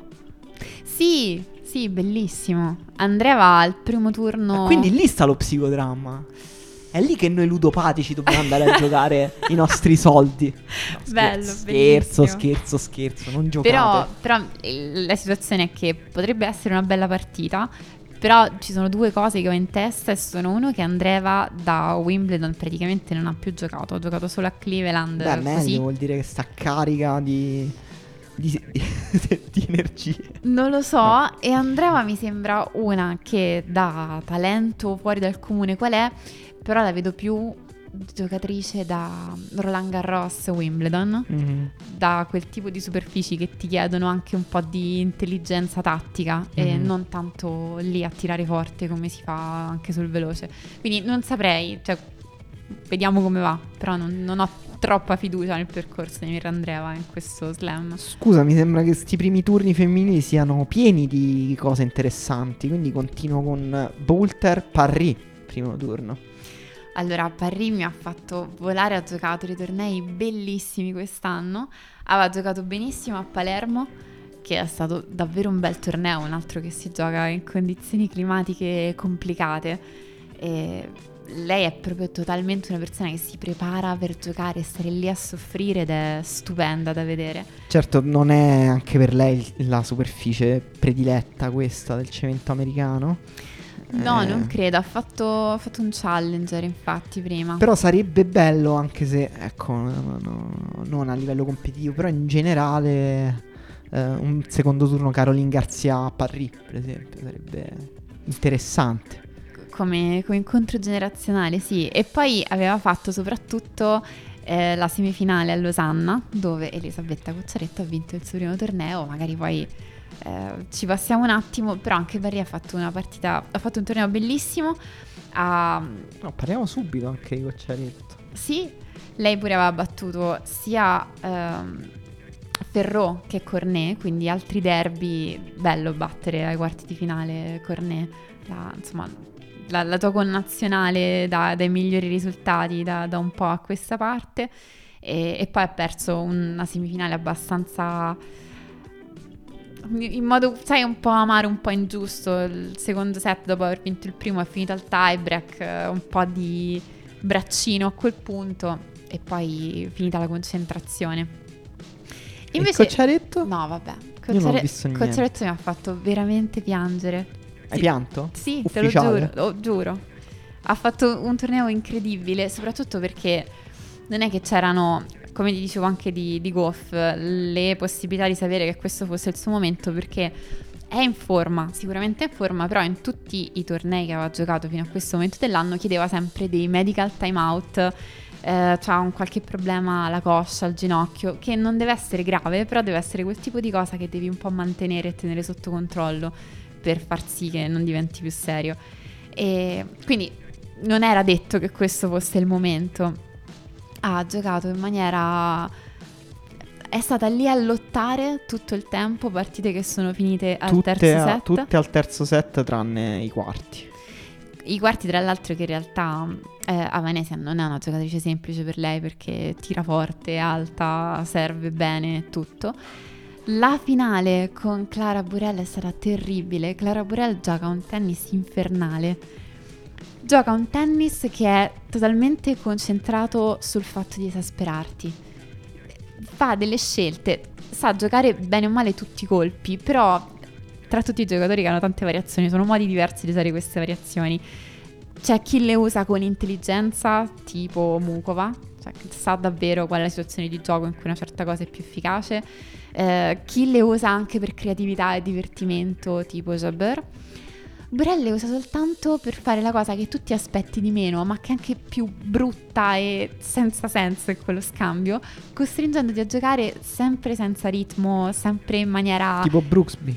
Speaker 1: Sì, sì, bellissimo. Andrea al primo turno...
Speaker 2: Ah, quindi lì sta lo psicodramma. È lì che noi ludopatici dobbiamo andare a giocare i nostri soldi. No,
Speaker 1: Bello,
Speaker 2: scherzo,
Speaker 1: bellissimo.
Speaker 2: scherzo, scherzo, scherzo, non giocate.
Speaker 1: Però, però eh, la situazione è che potrebbe essere una bella partita, però ci sono due cose che ho in testa e sono uno che Andreva da Wimbledon praticamente non ha più giocato, ha giocato solo a Cleveland.
Speaker 2: Beh, meglio,
Speaker 1: così.
Speaker 2: vuol dire che sta carica di, di, di, di energie.
Speaker 1: Non lo so,
Speaker 2: No.
Speaker 1: e Andreva mi sembra una che dà talento fuori dal comune qual è, però la vedo più giocatrice da Roland Garros Wimbledon,
Speaker 2: Mm-hmm.
Speaker 1: da quel tipo di superfici che ti chiedono anche un po' di intelligenza tattica e
Speaker 2: Mhm.
Speaker 1: non tanto lì a tirare forte come si fa anche sul veloce. Quindi non saprei, cioè vediamo come va, però non, non ho troppa fiducia nel percorso di Mirandreva in questo slam.
Speaker 2: Scusa, mi sembra che questi primi turni femminili siano pieni di cose interessanti, quindi continuo con Boulter Parry, primo turno.
Speaker 1: Allora, Parry mi ha fatto volare, ha giocato dei tornei bellissimi quest'anno, aveva giocato benissimo a Palermo, che è stato davvero un bel torneo, un altro che si gioca in condizioni climatiche complicate. E lei è proprio totalmente una persona che si prepara per giocare, stare lì a soffrire ed è stupenda da vedere.
Speaker 2: Certo, non è anche per lei la superficie prediletta questa del cemento americano.
Speaker 1: No,
Speaker 2: Eh,
Speaker 1: non credo, ha fatto, ha fatto un challenger infatti prima.
Speaker 2: Però sarebbe bello, anche se, ecco, no, no, non a livello competitivo, però in generale eh, un secondo turno Caroline Garcia Parry, per esempio, sarebbe interessante.
Speaker 1: Come, come incontro generazionale, sì. E poi aveva fatto soprattutto eh, la semifinale a Losanna, dove Elisabetta Cucciaretto ha vinto il suo primo torneo. Magari poi eh, ci passiamo un attimo, però anche Parry ha fatto una partita, ha fatto un torneo bellissimo. Ha,
Speaker 2: No, parliamo subito anche di Cocciaretto.
Speaker 1: sì, lei pure aveva battuto sia ehm, Ferrò che Cornet, quindi altri derby, bello battere ai quarti di finale Cornet, la, insomma la, la tua connazionale da, dai migliori risultati da, da un po' a questa parte, e, e poi ha perso una semifinale abbastanza in modo, sai, un po' amaro, un po' ingiusto. Il secondo set, dopo aver vinto il primo, è finito al tie break, un po' di braccino a quel punto e poi finita la concentrazione.
Speaker 2: Invece, e Cocciaretto?
Speaker 1: No, vabbè,
Speaker 2: Io non ho visto niente.
Speaker 1: Cocciaretto mi ha fatto veramente piangere.
Speaker 2: Hai pianto?
Speaker 1: Sì,
Speaker 2: Ufficiale?
Speaker 1: te lo giuro, oh, giuro. Ha fatto un torneo incredibile, soprattutto perché non è che c'erano, come ti dicevo anche di, di Goff, le possibilità di sapere che questo fosse il suo momento, perché è in forma, sicuramente è in forma, però in tutti i tornei che aveva giocato fino a questo momento dell'anno chiedeva sempre dei medical timeout, eh, c'ha un qualche problema alla coscia, al ginocchio, che non deve essere grave, però deve essere quel tipo di cosa che devi un po' mantenere e tenere sotto controllo per far sì che non diventi più serio. E quindi non era detto che questo fosse il momento. Ha giocato in maniera... è stata lì a lottare tutto il tempo, partite che sono finite al
Speaker 2: tutte,
Speaker 1: terzo set.
Speaker 2: Tutte al terzo set tranne i quarti.
Speaker 1: I quarti, tra l'altro, che in realtà eh, Avanesian non è una giocatrice semplice per lei, perché tira forte, alta, serve bene, tutto. La finale con Clara Burel è stata terribile. Clara Burel gioca un tennis infernale. Gioca un tennis che è totalmente concentrato sul fatto di esasperarti. Fa delle scelte, sa giocare bene o male tutti i colpi, però tra tutti i giocatori che hanno tante variazioni, sono modi diversi di usare queste variazioni. C'è chi le usa con intelligenza, tipo Mukova, cioè che sa davvero qual è la situazione di gioco in cui una certa cosa è più efficace. Eh, chi le usa anche per creatività e divertimento, tipo Jabber. Burel le usa soltanto per fare la cosa che tu ti aspetti di meno, ma che è anche più brutta e senza senso in quello scambio, costringendoti a giocare sempre senza ritmo, sempre in maniera...
Speaker 2: tipo Brooksby.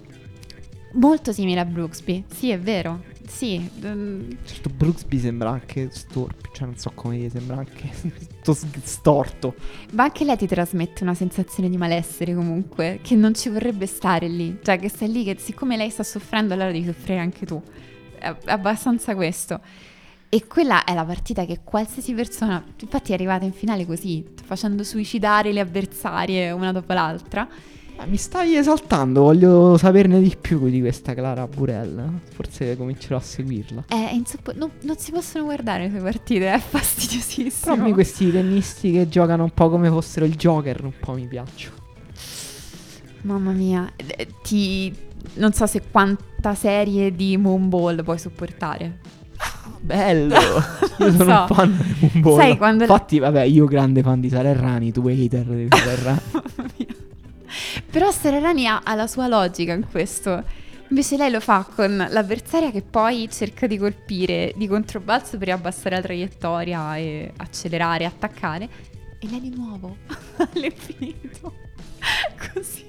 Speaker 1: Molto simile a Brooksby, sì, è vero, sì.
Speaker 2: Certo, Brooksby sembra anche storpio, cioè non so come dire, sembra anche storto.
Speaker 1: Ma anche lei ti trasmette una sensazione di malessere comunque, che non ci vorrebbe stare lì, cioè che stai lì, che siccome lei sta soffrendo allora devi soffrire anche tu, è abbastanza questo. E quella è la partita che qualsiasi persona, infatti è arrivata in finale così, facendo suicidare le avversarie una dopo l'altra.
Speaker 2: Mi stai esaltando, voglio saperne di più di questa Clara Burel. Forse comincerò a seguirla.
Speaker 1: È insoppo- non, non si possono guardare le sue partite, è fastidiosissimo.
Speaker 2: Però a me questi tennisti che giocano un po' come fossero il Joker un po' mi piacciono.
Speaker 1: Mamma mia, ti... non so se quanta serie di Moonball puoi sopportare.
Speaker 2: Bello. Io sono
Speaker 1: so.
Speaker 2: un fan di Moonball.
Speaker 1: Sai quando...
Speaker 2: Infatti, vabbè, io grande fan di Sara Errani, tu hater di Sara Errani.
Speaker 1: Mamma mia. Però Serrani ha, ha la sua logica in questo. Invece lei lo fa con l'avversaria che poi cerca di colpire di controbalzo per abbassare la traiettoria e accelerare, attaccare, e lei di nuovo all'infinito. Così.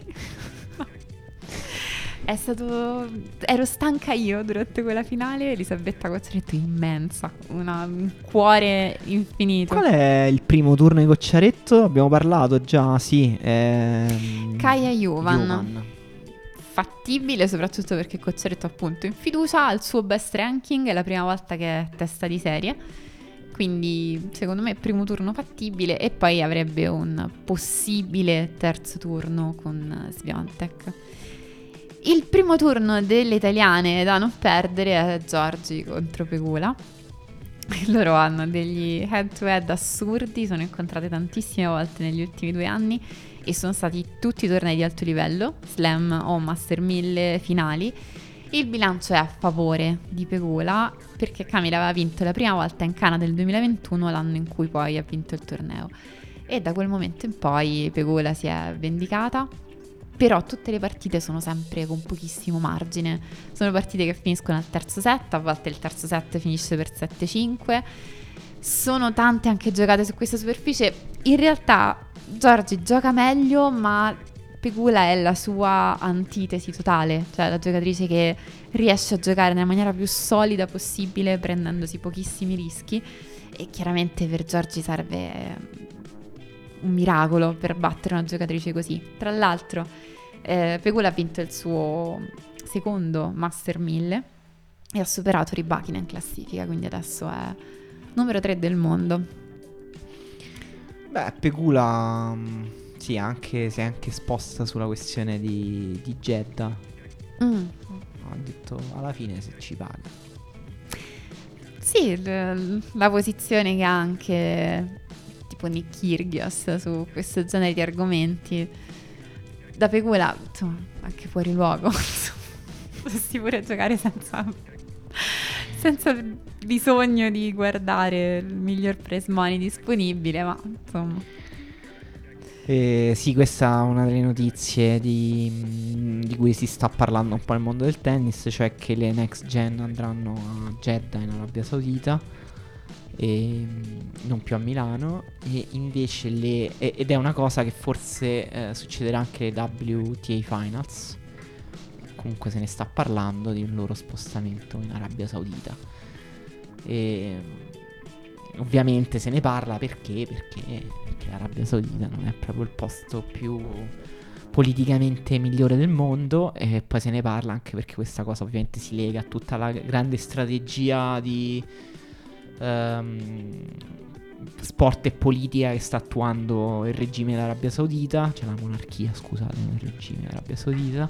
Speaker 1: È stato... ero stanca io durante quella finale. Elisabetta Cocciaretto immensa, una, un cuore infinito.
Speaker 2: Qual è il primo turno di Cocciaretto? Abbiamo parlato già, sì. Ehm...
Speaker 1: Kaja Juvan.
Speaker 2: Juvan.
Speaker 1: Fattibile, soprattutto perché Cocciaretto appunto in fiducia al suo best ranking, è la prima volta che è testa di serie, quindi secondo me primo turno fattibile, e poi avrebbe un possibile terzo turno con Swiatek. Il primo turno delle italiane da non perdere è Giorgi contro Pegula. Loro hanno degli head to head assurdi, sono incontrate tantissime volte negli ultimi due anni e sono stati tutti tornei di alto livello, slam o master mille finali. Il bilancio è a favore di Pegula perché Camila aveva vinto la prima volta in Canada nel duemilaventuno, l'anno in cui poi ha vinto il torneo, e da quel momento in poi Pegula si è vendicata. Però tutte le partite sono sempre con pochissimo margine, sono partite che finiscono al terzo set, a volte il terzo set finisce per sette cinque, sono tante anche giocate su questa superficie. In realtà Giorgi gioca meglio, ma Pegula è la sua antitesi totale, cioè la giocatrice che riesce a giocare nella maniera più solida possibile prendendosi pochissimi rischi, e chiaramente per Giorgi serve un miracolo per battere una giocatrice così. Tra l'altro eh, Pegula ha vinto il suo secondo Master mille e ha superato Rybakina in classifica, quindi adesso è numero tre del mondo.
Speaker 2: Beh, Pegula sì, anche, si è anche esposta sulla questione di, di Jeddah.
Speaker 1: Mm.
Speaker 2: Ha detto alla fine se ci paga.
Speaker 1: Sì, l- la posizione che ha anche tipo Nick Kyrgios su questo genere di argomenti. Da Pegula, insomma, anche fuori luogo, potresti pure giocare senza senza bisogno di guardare il miglior prize money disponibile, ma insomma.
Speaker 2: Eh, sì, questa è una delle notizie di, di cui si sta parlando un po' nel mondo del tennis, cioè che le next gen andranno a Jeddah in Arabia Saudita e non più a Milano, e invece le, ed è una cosa che forse eh, succederà anche alle W T A Finals. Comunque se ne sta parlando di un loro spostamento in Arabia Saudita. E ovviamente se ne parla perché? Perché, perché l'Arabia Saudita non è proprio il posto più politicamente migliore del mondo, e poi se ne parla anche perché questa cosa ovviamente si lega a tutta la grande strategia di um, sport e politica che sta attuando il regime dell'Arabia Saudita, cioè la monarchia, scusate, non il regime dell'Arabia Saudita,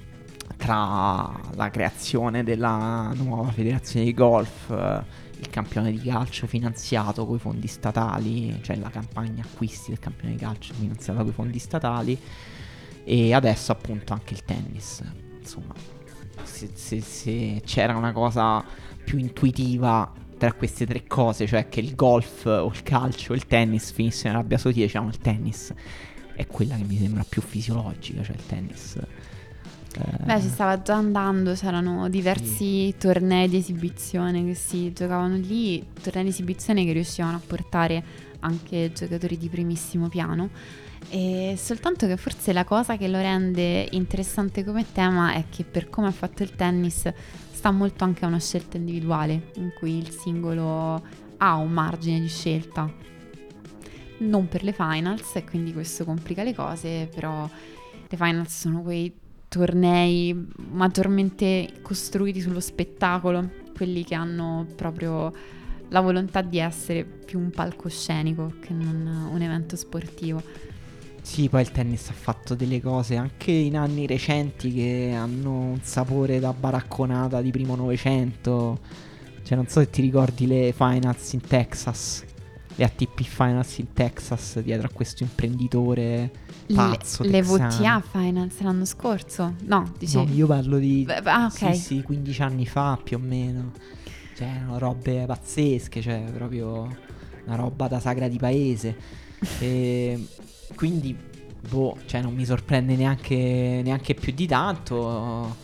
Speaker 2: tra la creazione della nuova federazione di golf, eh, il campione di calcio finanziato coi fondi statali, cioè la campagna acquisti del campione di calcio finanziata coi fondi statali, e adesso appunto anche il tennis. Insomma, se, se, se c'era una cosa più intuitiva tra queste tre cose, cioè che il golf o il calcio o il tennis finisse in Arabia Saudita, diciamo il tennis è quella che mi sembra più fisiologica, cioè il tennis.
Speaker 1: Beh, ci stava già andando, c'erano diversi sì. tornei di esibizione che si giocavano lì, tornei di esibizione che riuscivano a portare anche giocatori di primissimo piano, e soltanto che forse la cosa che lo rende interessante come tema è che per come è fatto il tennis sta molto anche a una scelta individuale, in cui il singolo ha un margine di scelta, non per le finals, e quindi questo complica le cose, però le finals sono quei tornei maggiormente costruiti sullo spettacolo, quelli che hanno proprio la volontà di essere più un palcoscenico che non un evento sportivo.
Speaker 2: Sì, poi il tennis ha fatto delle cose anche in anni recenti che hanno un sapore da baracconata di primo novecento. Cioè non so se ti ricordi le finals in Texas, le A T P Finals in Texas, dietro a questo imprenditore pazzo
Speaker 1: le, le V
Speaker 2: texano.
Speaker 1: T A Finals l'anno scorso? No, dicevi?
Speaker 2: No, io parlo di
Speaker 1: Beh, ah, ok.
Speaker 2: Sì, sì, quindici anni fa più o meno. Cioè erano robe pazzesche, cioè proprio una roba da sagra di paese. E quindi boh, cioè non mi sorprende neanche, neanche più di tanto.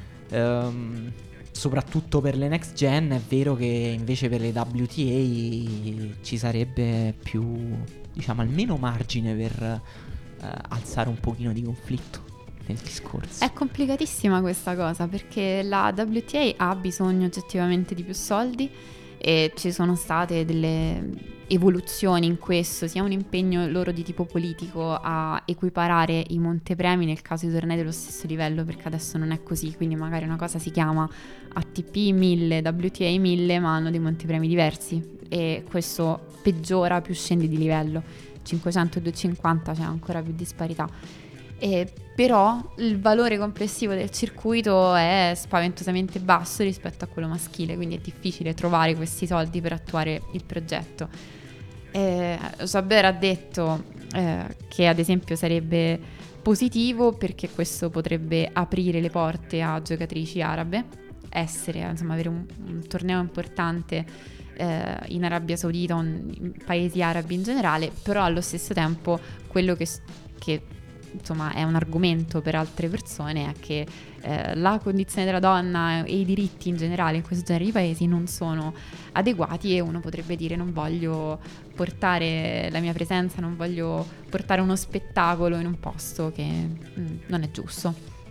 Speaker 2: um, Soprattutto per le next gen. È vero che invece per le W T A ci sarebbe più, diciamo, almeno margine per uh, alzare un pochino di conflitto nel discorso.
Speaker 1: È complicatissima questa cosa, perché la W T A ha bisogno oggettivamente di più soldi, e ci sono state delle evoluzioni in questo, sia un impegno loro di tipo politico a equiparare i montepremi nel caso di tornei dello stesso livello, perché adesso non è così, quindi magari una cosa si chiama A T P mille, W T A mille, ma hanno dei montepremi diversi, e questo peggiora più scendi di livello, cinquecento e duecentocinquanta c'è ancora più disparità. E però il valore complessivo del circuito è spaventosamente basso rispetto a quello maschile, quindi è difficile trovare questi soldi per attuare il progetto. eh, Saber ha detto eh, che ad esempio sarebbe positivo perché questo potrebbe aprire le porte a giocatrici arabe, essere, insomma, avere un, un torneo importante eh, in Arabia Saudita o in paesi arabi in generale, però allo stesso tempo quello che, che insomma è un argomento per altre persone è che eh, la condizione della donna e i diritti in generale in questo genere di paesi non sono adeguati, e uno potrebbe dire non voglio portare la mia presenza, non voglio portare uno spettacolo in un posto che mh, non è giusto.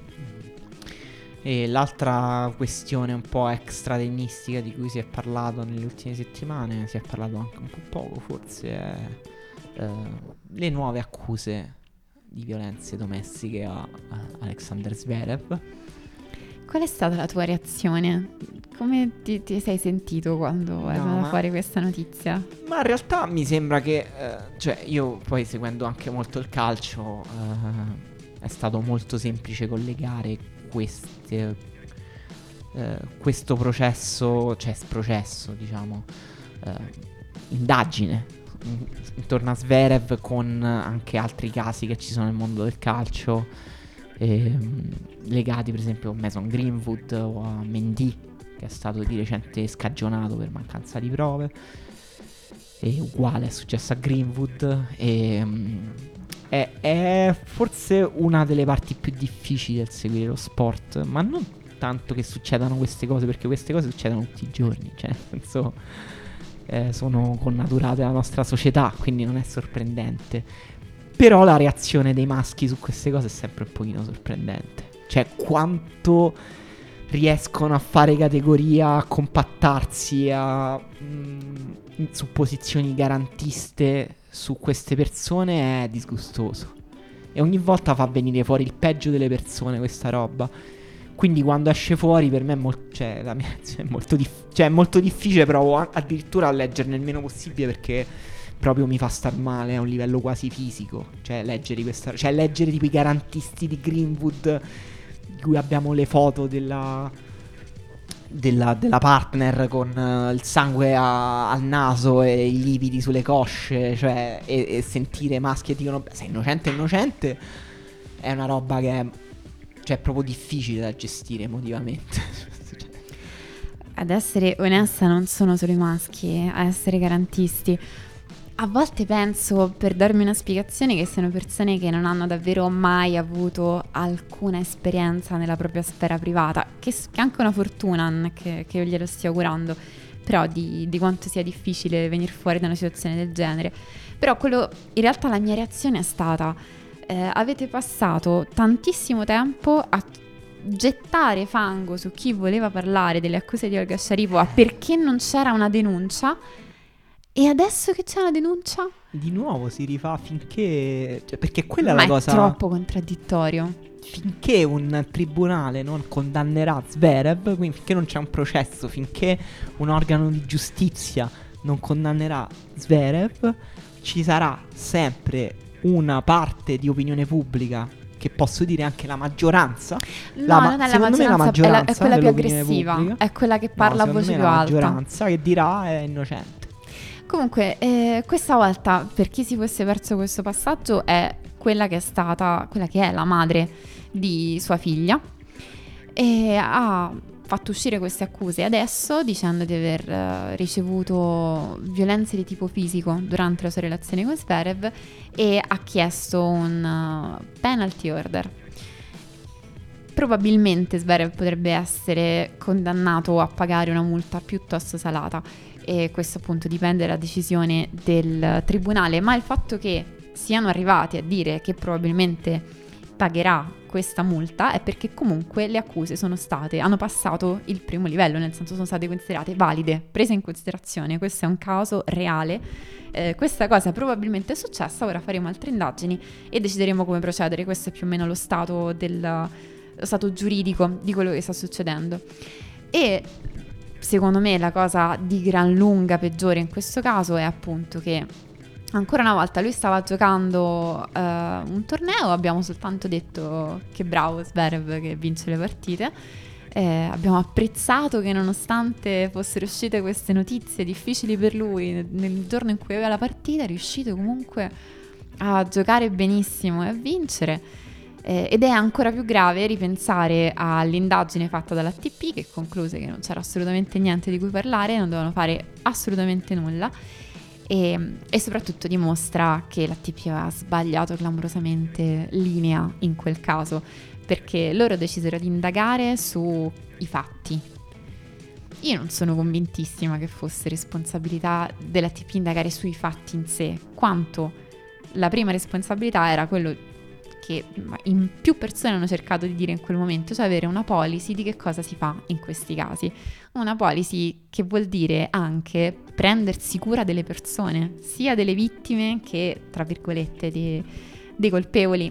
Speaker 2: E l'altra questione un po' extra tennistica di cui si è parlato nelle ultime settimane, si è parlato anche un po' poco forse, è eh, le nuove accuse di violenze domestiche a, a Alexander Zverev.
Speaker 1: Qual è stata la tua reazione? Come ti, ti sei sentito quando no, è venuta fuori questa notizia?
Speaker 2: Ma in realtà mi sembra che eh, cioè io poi seguendo anche molto il calcio eh, è stato molto semplice collegare queste eh, questo processo, cioè processo diciamo eh, indagine intorno a Zverev con anche altri casi che ci sono nel mondo del calcio, ehm, legati per esempio a Mason Greenwood o a Mendy, che è stato di recente scagionato per mancanza di prove. E uguale è successo a Greenwood. E um, è, è forse una delle parti più difficili del seguire lo sport, ma non tanto che succedano queste cose, perché queste cose succedono tutti i giorni, cioè nel senso eh, sono connaturate alla nostra società, quindi non è sorprendente. Però la reazione dei maschi su queste cose è sempre un pochino sorprendente. Cioè quanto riescono a fare categoria, a compattarsi, a mh, su posizioni garantiste su queste persone è disgustoso. E ogni volta fa venire fuori il peggio delle persone questa roba. Quindi quando esce fuori per me è, mol- cioè, la mia reazione è molto, dif- cioè, è molto difficile. Provo a- addirittura a leggerne il meno possibile, perché proprio mi fa star male a un livello quasi fisico. Cioè leggere questa, cioè leggere tipo i garantisti di Greenwood, di cui abbiamo le foto della della, della partner con uh, il sangue a, al naso e i lividi sulle cosce, cioè, e, e sentire maschi che dicono sei innocente, innocente, è una roba che è, cioè, è proprio difficile da gestire emotivamente.
Speaker 1: Ad essere onesta, non sono solo i maschi a essere garantisti. A volte penso, per darmi una spiegazione, che siano persone che non hanno davvero mai avuto alcuna esperienza nella propria sfera privata, che, che è anche una fortuna, non è che, che io glielo stia augurando, però di, di quanto sia difficile venire fuori da una situazione del genere. Però quello, in realtà la mia reazione è stata, eh, avete passato tantissimo tempo a gettare fango su chi voleva parlare delle accuse di Olga Sharipova perché non c'era una denuncia. E adesso che c'è una denuncia?
Speaker 2: Di nuovo si rifà finché, cioè, perché quella
Speaker 1: Ma
Speaker 2: è la cosa.
Speaker 1: Ma è troppo contraddittorio.
Speaker 2: Finché un tribunale non condannerà Zverev, quindi finché non c'è un processo, finché un organo di giustizia non condannerà Zverev, ci sarà sempre una parte di opinione pubblica, che posso dire anche la maggioranza.
Speaker 1: No,
Speaker 2: la ma-
Speaker 1: non è la
Speaker 2: secondo me la
Speaker 1: maggioranza,
Speaker 2: maggioranza
Speaker 1: è, è quella più
Speaker 2: dell'opinione
Speaker 1: aggressiva,
Speaker 2: pubblica.
Speaker 1: è quella che parla
Speaker 2: No,
Speaker 1: a voce
Speaker 2: secondo
Speaker 1: più
Speaker 2: me la
Speaker 1: alta.
Speaker 2: maggioranza che dirà è innocente.
Speaker 1: Comunque, eh, questa volta, per chi si fosse perso questo passaggio, è quella che è stata, quella che è la madre di sua figlia, e ha fatto uscire queste accuse adesso, dicendo di aver uh, ricevuto violenze di tipo fisico durante la sua relazione con Zverev, e ha chiesto un uh, penalty order. Probabilmente Zverev potrebbe essere condannato a pagare una multa piuttosto salata, e questo appunto dipende dalla decisione del tribunale, ma il fatto che siano arrivati a dire che probabilmente pagherà questa multa è perché comunque le accuse sono state, hanno passato il primo livello, nel senso sono state considerate valide, prese in considerazione. Questo è un caso reale, eh, questa cosa probabilmente è successa, ora faremo altre indagini e decideremo come procedere. Questo è più o meno lo stato del lo stato giuridico di quello che sta succedendo. E secondo me la cosa di gran lunga peggiore in questo caso è appunto che ancora una volta lui stava giocando uh, un torneo, abbiamo soltanto detto che bravo Zverev che vince le partite, eh, abbiamo apprezzato che nonostante fossero uscite queste notizie difficili per lui nel, nel giorno in cui aveva la partita è riuscito comunque a giocare benissimo e a vincere. Eh, ed è ancora più grave ripensare all'indagine fatta dall'A T P, che concluse che non c'era assolutamente niente di cui parlare, non dovevano fare assolutamente nulla, e, e soprattutto dimostra che l'A T P aveva sbagliato clamorosamente linea in quel caso, perché loro decisero di indagare sui fatti. Io non sono convintissima che fosse responsabilità dell'A T P indagare sui fatti in sé, quanto la prima responsabilità era quello che in più persone hanno cercato di dire in quel momento, cioè avere una policy di che cosa si fa in questi casi. Una policy che vuol dire anche prendersi cura delle persone, sia delle vittime che, tra virgolette, dei, dei colpevoli.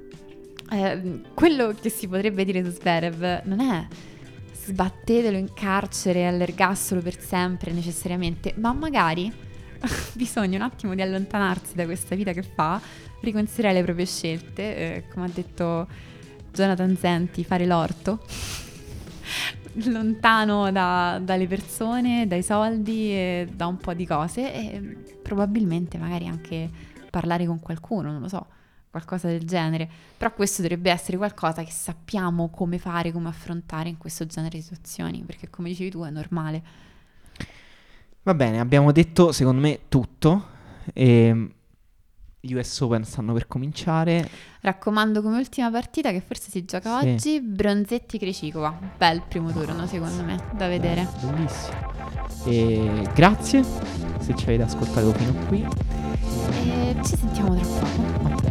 Speaker 1: Eh, quello che si potrebbe dire su Zverev non è sbattetelo in carcere, all'ergastolo per sempre necessariamente, ma magari bisogna un attimo di allontanarsi da questa vita che fa, riconsiderare le proprie scelte, eh, come ha detto Jonathan Zenti, fare l'orto lontano da, dalle persone, dai soldi e da un po' di cose, e probabilmente magari anche parlare con qualcuno, non lo so, qualcosa del genere, però questo dovrebbe essere qualcosa che sappiamo come fare, come affrontare in questo genere di situazioni, perché come dicevi tu è normale.
Speaker 2: Va bene, abbiamo detto secondo me tutto. E gli U S Open stanno per cominciare.
Speaker 1: Raccomando come ultima partita, che forse si gioca
Speaker 2: Sì.
Speaker 1: oggi, Bronzetti-Crecicova. Bel primo turno secondo me, da vedere.
Speaker 2: Bellissimo. E grazie se ci avete ascoltato fino a qui.
Speaker 1: E ci sentiamo tra poco.
Speaker 2: A